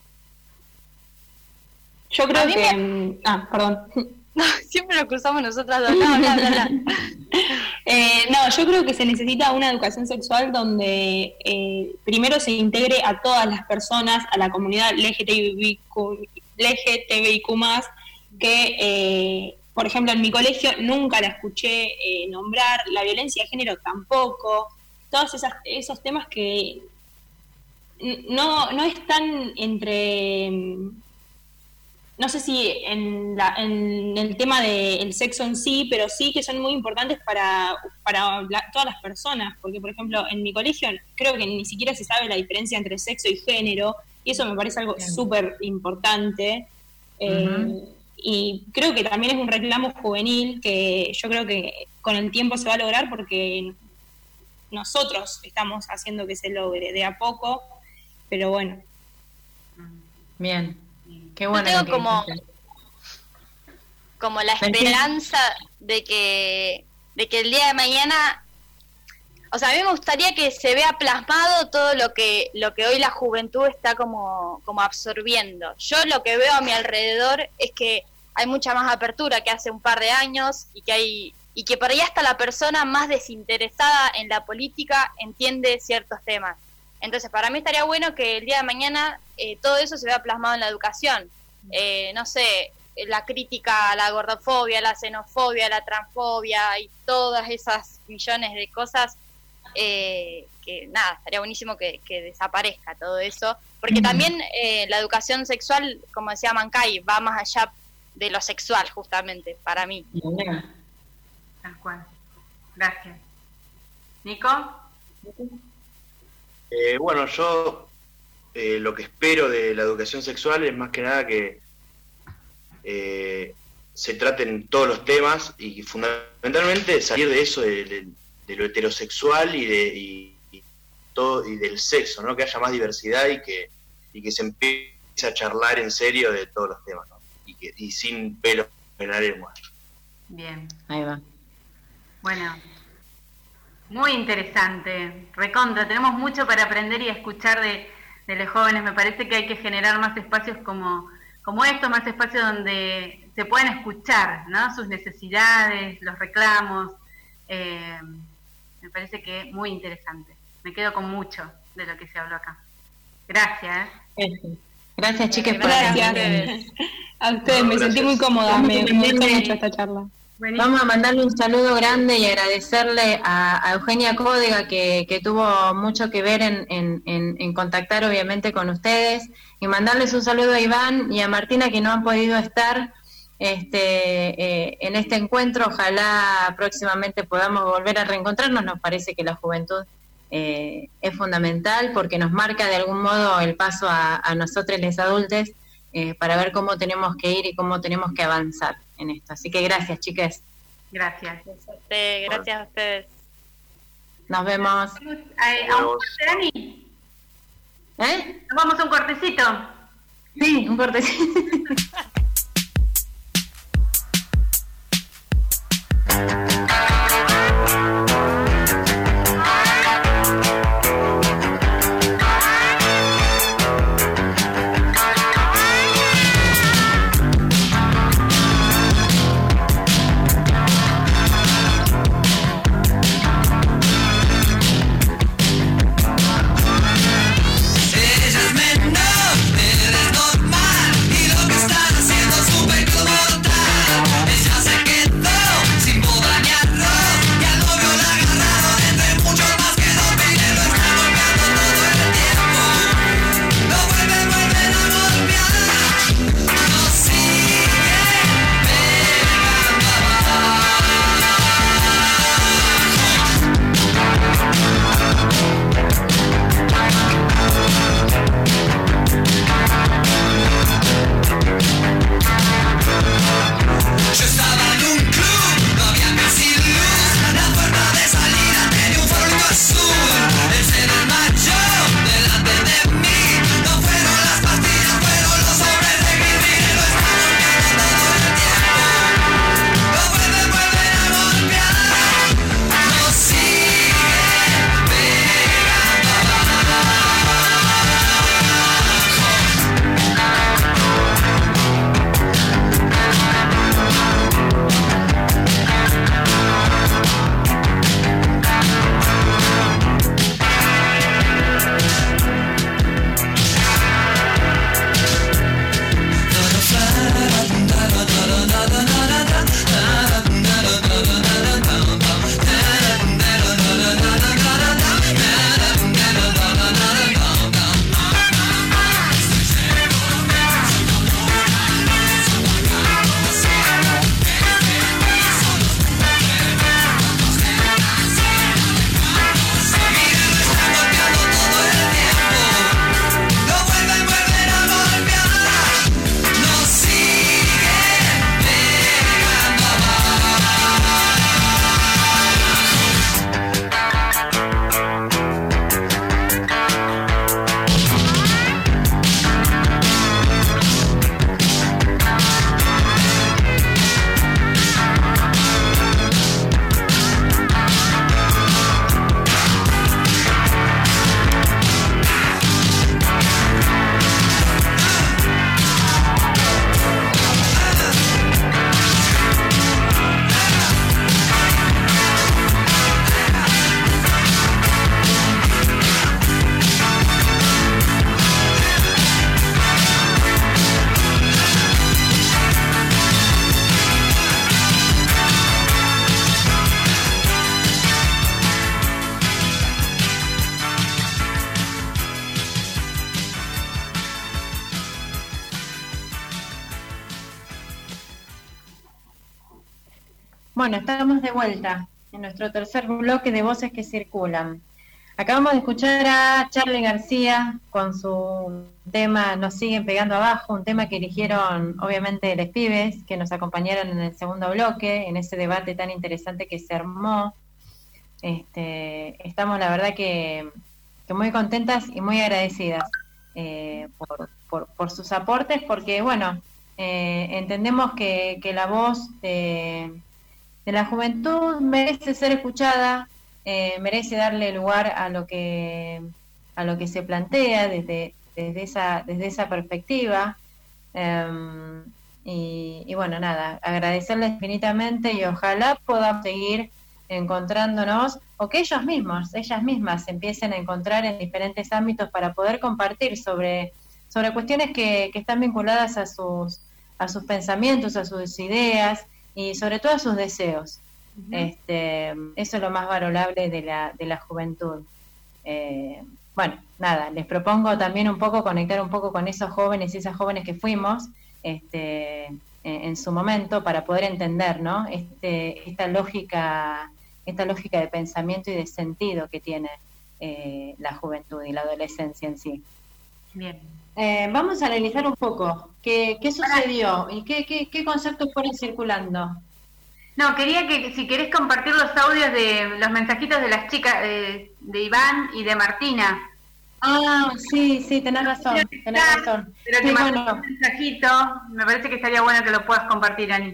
Yo creo que... Me... Ah, perdón. No, siempre lo cruzamos nosotras dos. No, no, no, no. eh, no, yo creo que se necesita una educación sexual donde eh, primero se integre a todas las personas, a la comunidad L G T B I Q más, que, eh, por ejemplo, en mi colegio nunca la escuché eh, nombrar, la violencia de género tampoco, todos esas, esos temas que no, no están entre, no sé si en, la, en el tema del sexo en sí, pero sí que son muy importantes para, para la, todas las personas, porque, por ejemplo, en mi colegio creo que ni siquiera se sabe la diferencia entre sexo y género, y eso me parece algo súper importante. Eh, uh-huh. Y creo que también es un reclamo juvenil que yo creo que con el tiempo se va a lograr porque nosotros estamos haciendo que se logre de a poco, pero bueno. Bien, qué bueno. Yo tengo como, como la esperanza de que, de que el día de mañana, o sea, a mí me gustaría que se vea plasmado todo lo que lo que hoy la juventud está como, como absorbiendo. Yo lo que veo a mi alrededor es que hay mucha más apertura que hace un par de años y que hay y que por ahí hasta la persona más desinteresada en la política entiende ciertos temas. Entonces, para mí estaría bueno que el día de mañana eh, todo eso se vea plasmado en la educación. Eh, no sé, la crítica a la gordofobia, la xenofobia, la transfobia y todas esas millones de cosas. Eh, que nada, estaría buenísimo que, que desaparezca todo eso, porque también eh, la educación sexual, como decía Mancay, va más allá de lo sexual, justamente, para mí. Tal cual. Gracias. ¿Nico? Eh, bueno, yo eh, lo que espero de la educación sexual es más que nada que eh, se traten todos los temas y fundamentalmente salir de eso, de, de de lo heterosexual y de y, y todo y del sexo, ¿no? Que haya más diversidad y que y que se empiece a charlar en serio de todos los temas, ¿no? Y que y sin pelos en la lengua. Bien. Ahí va. Bueno, muy interesante. Recontra, tenemos mucho para aprender y escuchar de, de los jóvenes. Me parece que hay que generar más espacios como como estos, más espacios donde se pueden escuchar, ¿no? Sus necesidades, los reclamos. Eh, me parece que muy interesante. Me quedo con mucho de lo que se habló acá. Gracias. ¿eh? Gracias, chicas, por Gracias. A ustedes, no, me sentí muy cómoda, me, me gustó mucho esta charla. Buenísimo. Vamos a mandarle un saludo grande y agradecerle a, a Eugenia Códega, que, que tuvo mucho que ver en, en, en, en contactar obviamente con ustedes, y mandarles un saludo a Iván y a Martina, que no han podido estar Este, eh, en este encuentro. Ojalá próximamente podamos volver a reencontrarnos. Nos parece que la juventud eh, es fundamental porque nos marca de algún modo el paso a, a nosotros los adultos eh, para ver cómo tenemos que ir y cómo tenemos que avanzar en esto. Así que gracias, chicas. Gracias. Gracias, gracias a ustedes. Nos vemos. ¿Vamos a, a un corte, Dani? ¿Eh? ¿Nos vamos a un cortecito? Sí, un cortecito. Bueno, estamos de vuelta en nuestro tercer bloque de Voces que Circulan. Acabamos de escuchar a Charly García con su tema Nos siguen pegando abajo, un tema que eligieron obviamente los pibes que nos acompañaron en el segundo bloque, en ese debate tan interesante que se armó. Este, estamos la verdad que, que muy contentas y muy agradecidas eh, por, por, por sus aportes, porque bueno, eh, entendemos que, que la voz de, de la juventud merece ser escuchada. Eh, merece darle lugar a lo que a lo que se plantea desde desde esa desde esa perspectiva eh, y, y bueno, nada, agradecerles infinitamente y ojalá podamos seguir encontrándonos o que ellos mismos, ellas mismas se empiecen a encontrar en diferentes ámbitos para poder compartir sobre sobre cuestiones que, que están vinculadas a sus a sus pensamientos, a sus ideas y sobre todo a sus deseos. Uh-huh. Este, eso es lo más valorable de la, de la juventud. Eh, bueno, nada, les propongo también un poco conectar un poco con esos jóvenes y esas jóvenes que fuimos este, en, en su momento para poder entender, ¿no? Este, esta lógica, esta lógica de pensamiento y de sentido que tiene eh, la juventud y la adolescencia en sí. Bien. Eh, vamos a analizar un poco qué, qué sucedió y qué, qué, qué conceptos fueron circulando. No, quería que si querés compartir los audios de los mensajitos de las chicas, de, de Iván y de Martina. Ah, sí, sí, tenés razón, tenés razón. Pero te sí, mandé bueno. un mensajito, me parece que estaría bueno que lo puedas compartir, Ani.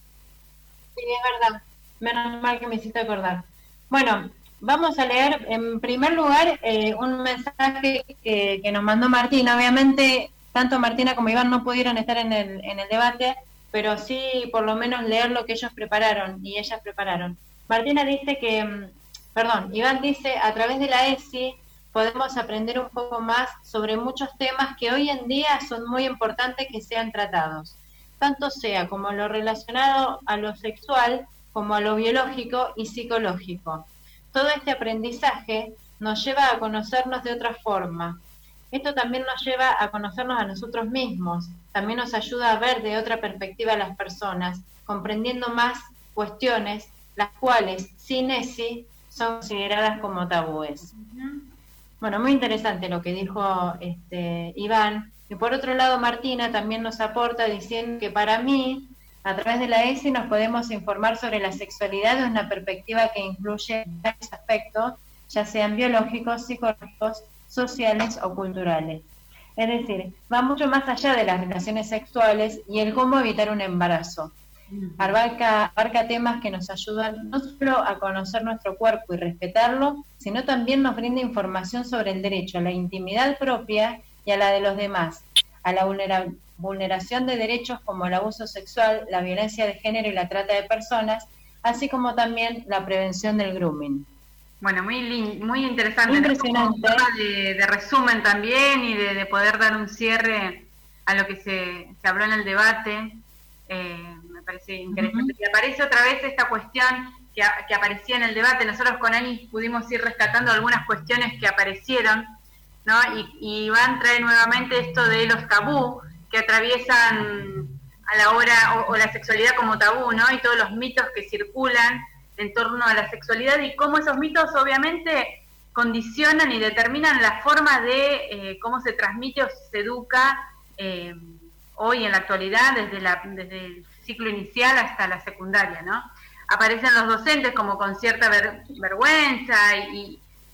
Sí, es verdad, menos mal que me hiciste acordar. Bueno, vamos a leer en primer lugar eh, un mensaje que, que nos mandó Martina. Obviamente, tanto Martina como Iván no pudieron estar en el, en el debate, pero sí por lo menos leer lo que ellos prepararon y ellas prepararon. Martina dice que, perdón, Iván dice, a través de la E S I podemos aprender un poco más sobre muchos temas que hoy en día son muy importantes que sean tratados, tanto sea como lo relacionado a lo sexual, como a lo biológico y psicológico. Todo este aprendizaje nos lleva a conocernos de otra forma. Esto también nos lleva a conocernos a nosotros mismos, también nos ayuda a ver de otra perspectiva a las personas, comprendiendo más cuestiones, las cuales sin E S I son consideradas como tabúes. Uh-huh. Bueno, muy interesante lo que dijo este Iván. Y por otro lado, Martina también nos aporta diciendo que para mí, a través de la E S I nos podemos informar sobre la sexualidad desde una perspectiva que incluye varios aspectos, ya sean biológicos, psicológicos, sociales o culturales. Es decir, va mucho más allá de las relaciones sexuales y el cómo evitar un embarazo. Abarca, abarca temas que nos ayudan no solo a conocer nuestro cuerpo y respetarlo, sino también nos brinda información sobre el derecho a la intimidad propia y a la de los demás, a la vulnera- vulneración de derechos como el abuso sexual, la violencia de género y la trata de personas, así como también la prevención del grooming. Bueno, muy lin- muy interesante. Impresionante. Un tema de, de resumen también y de, de poder dar un cierre a lo que se, se habló en el debate. Eh, me parece interesante. Uh-huh. Y aparece otra vez esta cuestión que, a, que aparecía en el debate. Nosotros con Ani pudimos ir rescatando algunas cuestiones que aparecieron, ¿no? Y, y Iván trae nuevamente esto de los tabú que atraviesan a la hora, o, o la sexualidad como tabú, ¿no? Y todos los mitos que circulan en torno a la sexualidad y cómo esos mitos obviamente condicionan y determinan la forma de eh, cómo se transmite o se educa eh, hoy en la actualidad, desde, la, desde el ciclo inicial hasta la secundaria, ¿no? Aparecen los docentes como con cierta ver, vergüenza y,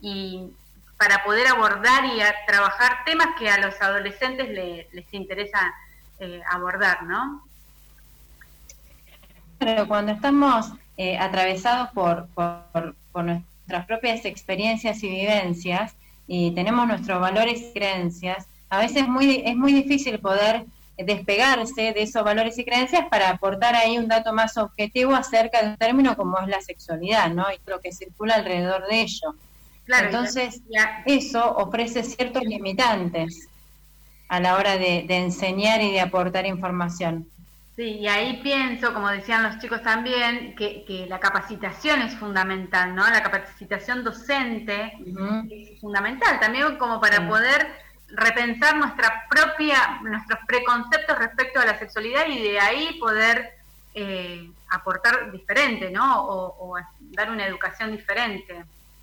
y para poder abordar y a trabajar temas que a los adolescentes le, les interesa eh, abordar, ¿no? Pero cuando estamos eh, atravesados por, por, por nuestras propias experiencias y vivencias y tenemos nuestros valores y creencias, a veces es muy, es muy difícil poder despegarse de esos valores y creencias para aportar ahí un dato más objetivo acerca de un término como es la sexualidad, ¿no? Y lo que circula alrededor de ello. Claro, entonces, ya, ya. Eso ofrece ciertos limitantes a la hora de, de enseñar y de aportar información. Sí, y ahí pienso, como decían los chicos también, que, que la capacitación es fundamental, ¿no? La capacitación docente uh-huh. es fundamental también como para uh-huh. poder repensar nuestra propia, nuestros preconceptos respecto a la sexualidad y de ahí poder eh, aportar diferente, ¿no? O, o dar una educación diferente.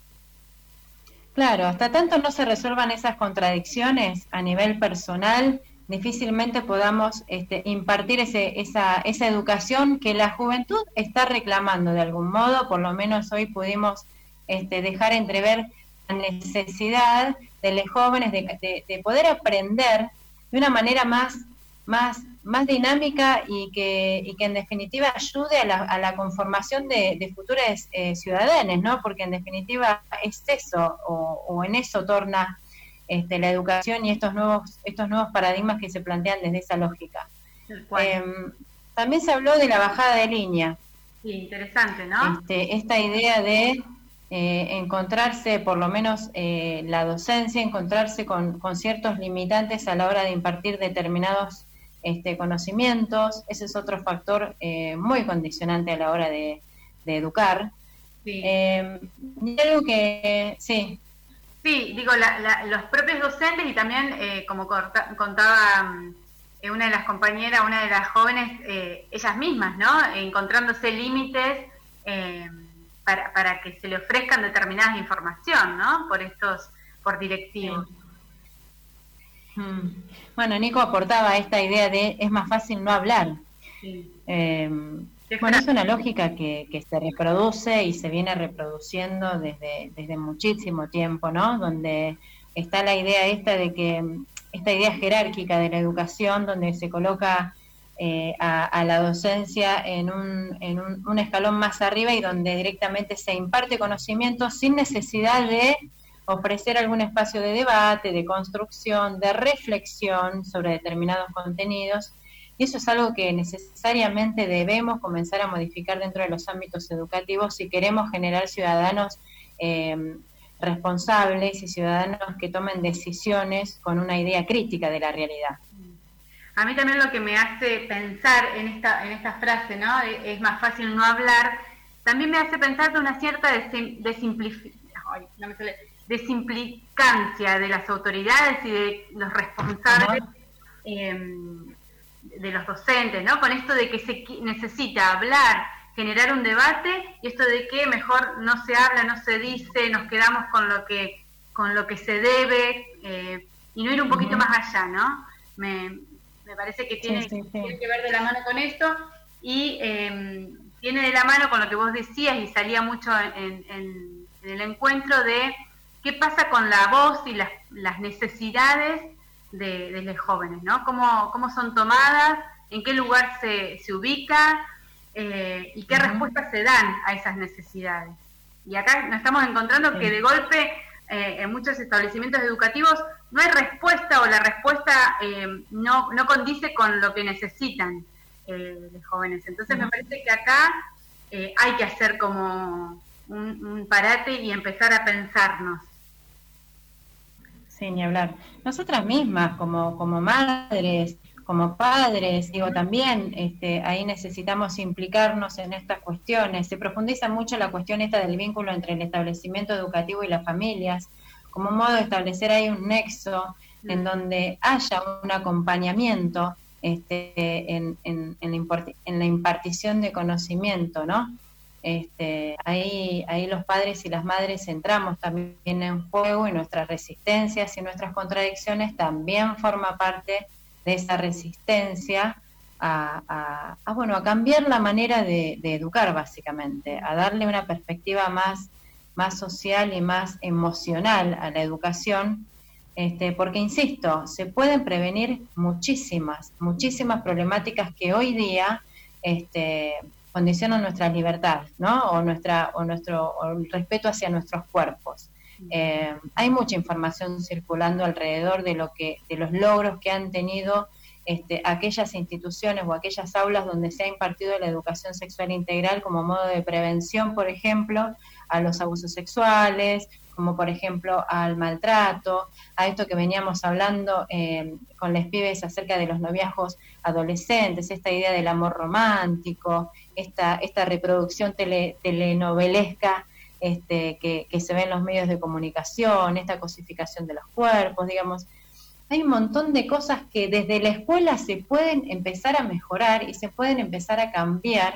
Claro, hasta tanto no se resuelvan esas contradicciones a nivel personal, difícilmente podamos este, impartir ese, esa, esa educación que la juventud está reclamando de algún modo. Por lo menos hoy pudimos este, dejar entrever la necesidad de los jóvenes de, de, de poder aprender de una manera más, más, más dinámica y que, y que en definitiva ayude a la, a la conformación de, de futuros eh, ciudadanos, ¿no? Porque en definitiva es eso, o, o en eso torna Este, la educación y estos nuevos estos nuevos paradigmas que se plantean desde esa lógica. Eh, también se habló de la bajada de línea. Sí, interesante, ¿no? Este, esta idea de eh, encontrarse, por lo menos eh, la docencia, encontrarse con, con ciertos limitantes a la hora de impartir determinados este, conocimientos. Ese es otro factor eh, muy condicionante a la hora de, de educar. Sí. Eh, y algo que, sí, Sí, digo, la, la, los propios docentes y también, eh, como corta, contaba eh, una de las compañeras, una de las jóvenes, eh, ellas mismas, ¿no? Encontrándose límites eh, para, para que se le ofrezcan determinadas información, ¿no? Por estos, por directivos. Sí. Hmm. Bueno, Nico aportaba esta idea de es más fácil no hablar. Sí. Eh, Bueno, es una lógica que, que se reproduce y se viene reproduciendo desde, desde muchísimo tiempo, ¿no? Donde está la idea esta de que, esta idea jerárquica de la educación, donde se coloca eh, a, a la docencia en, un, en un, un escalón más arriba y donde directamente se imparte conocimiento sin necesidad de ofrecer algún espacio de debate, de construcción, de reflexión sobre determinados contenidos. Y eso es algo que necesariamente debemos comenzar a modificar dentro de los ámbitos educativos si queremos generar ciudadanos eh, responsables y ciudadanos que tomen decisiones con una idea crítica de la realidad. A mí también lo que me hace pensar en esta, en esta frase, ¿no? Es más fácil no hablar, también me hace pensar de una cierta desimplificación. Ay, no me sale, desimplicancia de las autoridades y de los responsables. Eh, de los docentes, ¿no? Con esto de que se necesita hablar, generar un debate, y esto de que mejor no se habla, no se dice, nos quedamos con lo que con lo que se debe, eh, y no ir un poquito uh-huh. más allá, ¿no? Me, me parece que tiene, sí, sí, sí. tiene que ver de la mano con esto, y eh, tiene de la mano con lo que vos decías, y salía mucho en, en, en el encuentro de qué pasa con la voz y las, las necesidades de, de los jóvenes, ¿no? Cómo, cómo son tomadas, en qué lugar se, se ubica eh, y qué uh-huh. respuestas se dan a esas necesidades. Y acá nos estamos encontrando sí. que de golpe eh, en muchos establecimientos educativos no hay respuesta o la respuesta eh, no, no condice con lo que necesitan eh, los jóvenes. Entonces uh-huh. me parece que acá eh, hay que hacer como un, un parate y empezar a pensarnos. Sí, ni hablar. Nosotras mismas, como, como madres, como padres, digo, también este, ahí necesitamos implicarnos en estas cuestiones. Se profundiza mucho la cuestión esta del vínculo entre el establecimiento educativo y las familias, como un modo de establecer ahí un nexo en donde haya un acompañamiento este, en, en, en, la import- en la impartición de conocimiento, ¿no? Este, ahí, ahí los padres y las madres entramos también en juego y nuestras resistencias y nuestras contradicciones también forma parte de esa resistencia a, a, a, bueno, a cambiar la manera de, de educar básicamente, a darle una perspectiva más, más social y más emocional a la educación, este, porque insisto, se pueden prevenir muchísimas, muchísimas problemáticas que hoy día este, condicionan nuestra libertad, ¿no? O nuestra, o nuestro, o el respeto hacia nuestros cuerpos. Eh, hay mucha información circulando alrededor de lo que, de los logros que han tenido este, aquellas instituciones o aquellas aulas donde se ha impartido la educación sexual integral como modo de prevención, por ejemplo, a los abusos sexuales, como por ejemplo al maltrato, a esto que veníamos hablando eh, con les pibes acerca de los noviazgos adolescentes, esta idea del amor romántico, esta, esta reproducción tele, telenovelesca este, que, que se ve en los medios de comunicación, esta cosificación de los cuerpos, digamos. Hay un montón de cosas que desde la escuela se pueden empezar a mejorar y se pueden empezar a cambiar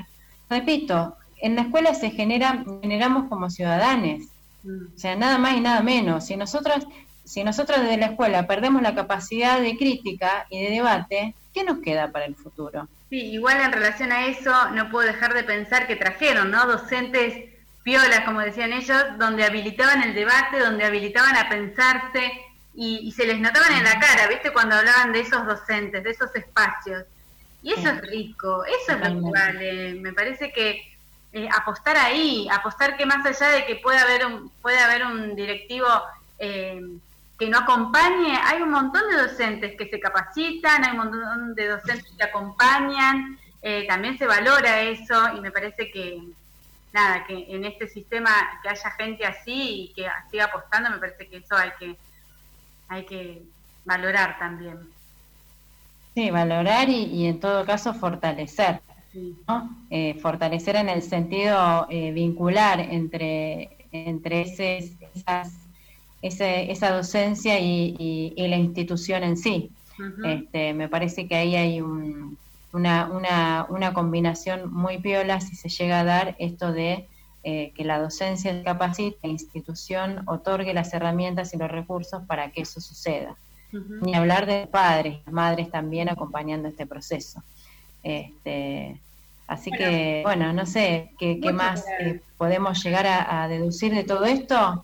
repito, en la escuela se genera, generamos como ciudadanos, o sea, nada más y nada menos. Si nosotros, si nosotros desde la escuela perdemos la capacidad de crítica y de debate, ¿qué nos queda para el futuro? Sí, igual en relación a eso, no puedo dejar de pensar que trajeron, ¿no? Docentes piolas, como decían ellos, donde habilitaban el debate, donde habilitaban a pensarse, y, y se les notaban en la cara, ¿viste? Cuando hablaban de esos docentes, de esos espacios. Y eso sí. Es rico, eso es lo que vale. Me parece que eh, apostar ahí, apostar que más allá de que pueda haber un, puede haber un directivo eh, que no acompañe, hay un montón de docentes que se capacitan, hay un montón de docentes que acompañan, eh, también se valora eso, y me parece que nada, que en este sistema que haya gente así y que siga apostando, me parece que eso hay que hay que valorar también. Sí, valorar y, y en todo caso fortalecer, sí. ¿no? Eh, fortalecer en el sentido eh, vincular entre entre ese, esas, ese, esa docencia y, y, y la institución en sí. Uh-huh. Este, me parece que ahí hay un Una, una, una combinación muy piola si se llega a dar esto de eh, que la docencia capacite, la institución otorgue las herramientas y los recursos para que eso suceda. Uh-huh. Ni hablar de padres, madres también acompañando este proceso. Este, así bueno, que, bueno, no sé, ¿qué, qué más eh, podemos llegar a, a deducir de todo esto?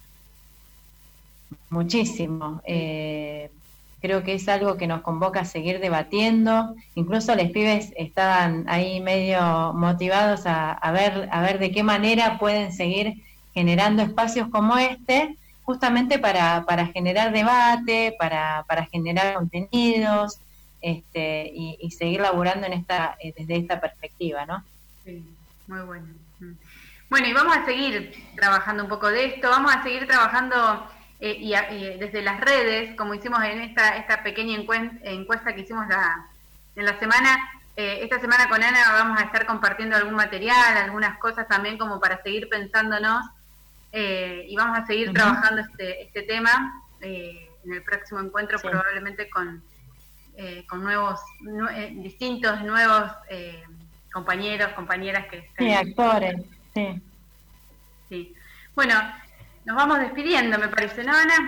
Muchísimo. Eh, Creo que es algo que nos convoca a seguir debatiendo. Incluso los pibes estaban ahí medio motivados a, a ver a ver de qué manera pueden seguir generando espacios como este, justamente para, para generar debate, para, para generar contenidos, este, y, y seguir laburando en esta desde esta perspectiva, ¿no? Sí, muy bueno. Bueno, y vamos a seguir trabajando un poco de esto, vamos a seguir trabajando... Eh, y, a, y desde las redes, como hicimos en esta esta pequeña encuesta que hicimos la, en la semana, eh, esta semana con Ana vamos a estar compartiendo algún material, algunas cosas también como para seguir pensándonos, eh, y vamos a seguir uh-huh. trabajando este este tema eh, en el próximo encuentro, sí. probablemente con eh, con nuevos, nu eh, distintos nuevos eh, compañeros, compañeras que están... Sí, actores, sí. Sí. Bueno, nos vamos despidiendo, me parece, ¿no, Ana?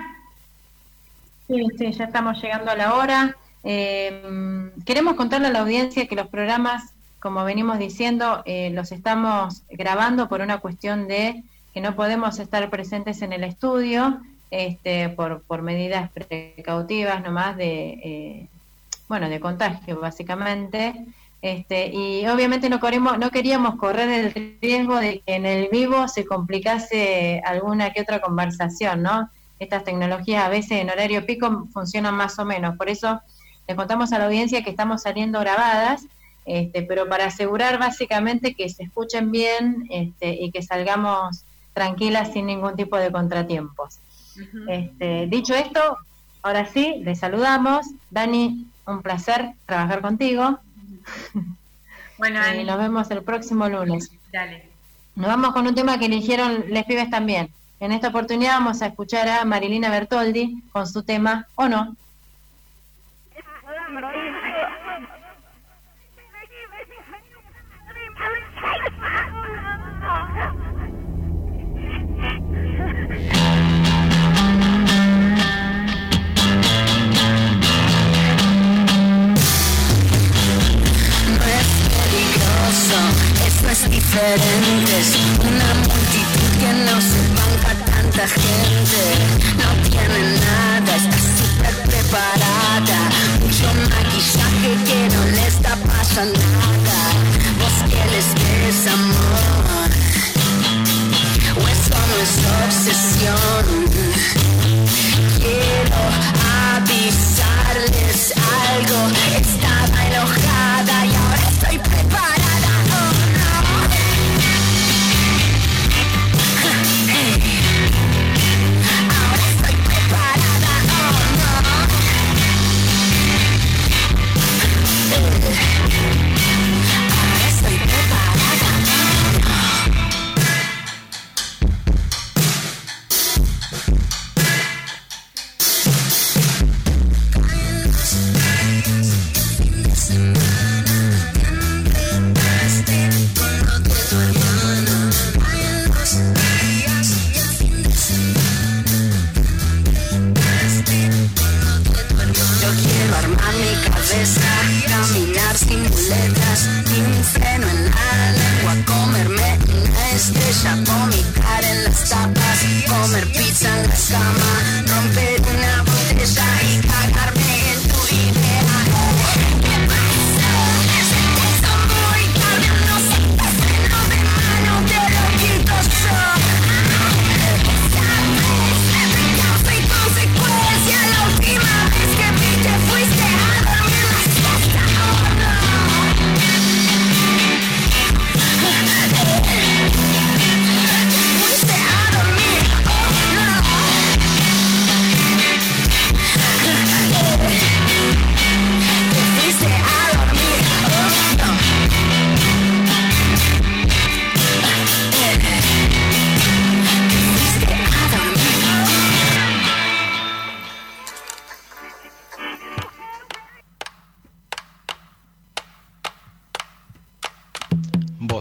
Sí, sí, ya estamos llegando a la hora. Eh, queremos contarle a la audiencia que los programas, como venimos diciendo, eh, los estamos grabando por una cuestión de que no podemos estar presentes en el estudio, este, por, por medidas precautivas nomás de, eh, bueno, de contagio, básicamente. Este, y obviamente no queremos, no queríamos correr el riesgo de que en el vivo se complicase alguna que otra conversación, ¿no? Estas tecnologías a veces en horario pico funcionan más o menos, por eso les contamos a la audiencia que estamos saliendo grabadas, este, pero para asegurar básicamente que se escuchen bien, este, y que salgamos tranquilas sin ningún tipo de contratiempos. Uh-huh. Este, dicho esto, ahora sí, les saludamos. Dani, un placer trabajar contigo. Bueno, y nos vemos el próximo lunes. Dale. Nos vamos con un tema que eligieron les pibes también. En esta oportunidad vamos a escuchar a Marilina Bertoldi con su tema ¿O no? Esto es diferente, es una multitud que no se banca tanta gente, no tiene nada, está súper preparada, mucho maquillaje que no le está pasando nada, vos que les ves amor, o eso no es obsesión, quiero avisarles algo, estaba enojada y ahora estoy preparada. Ahora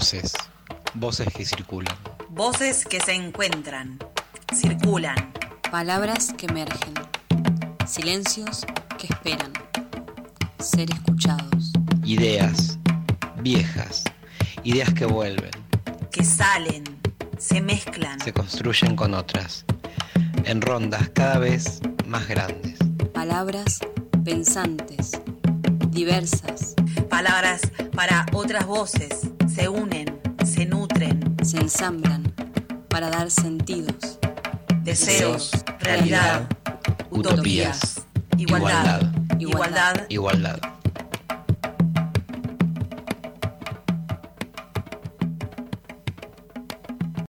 Voces, voces que circulan. Voces que se encuentran, circulan. Palabras que emergen. Silencios que esperan. Ser escuchados. Ideas, viejas, ideas que vuelven. Que salen, se mezclan. Se construyen con otras, en rondas cada vez más grandes. Palabras pensantes, diversas. Palabras para otras voces, se unen, se nutren. Se ensamblan para dar sentidos. Deseos, realidad, utopías, igualdad, igualdad, igualdad.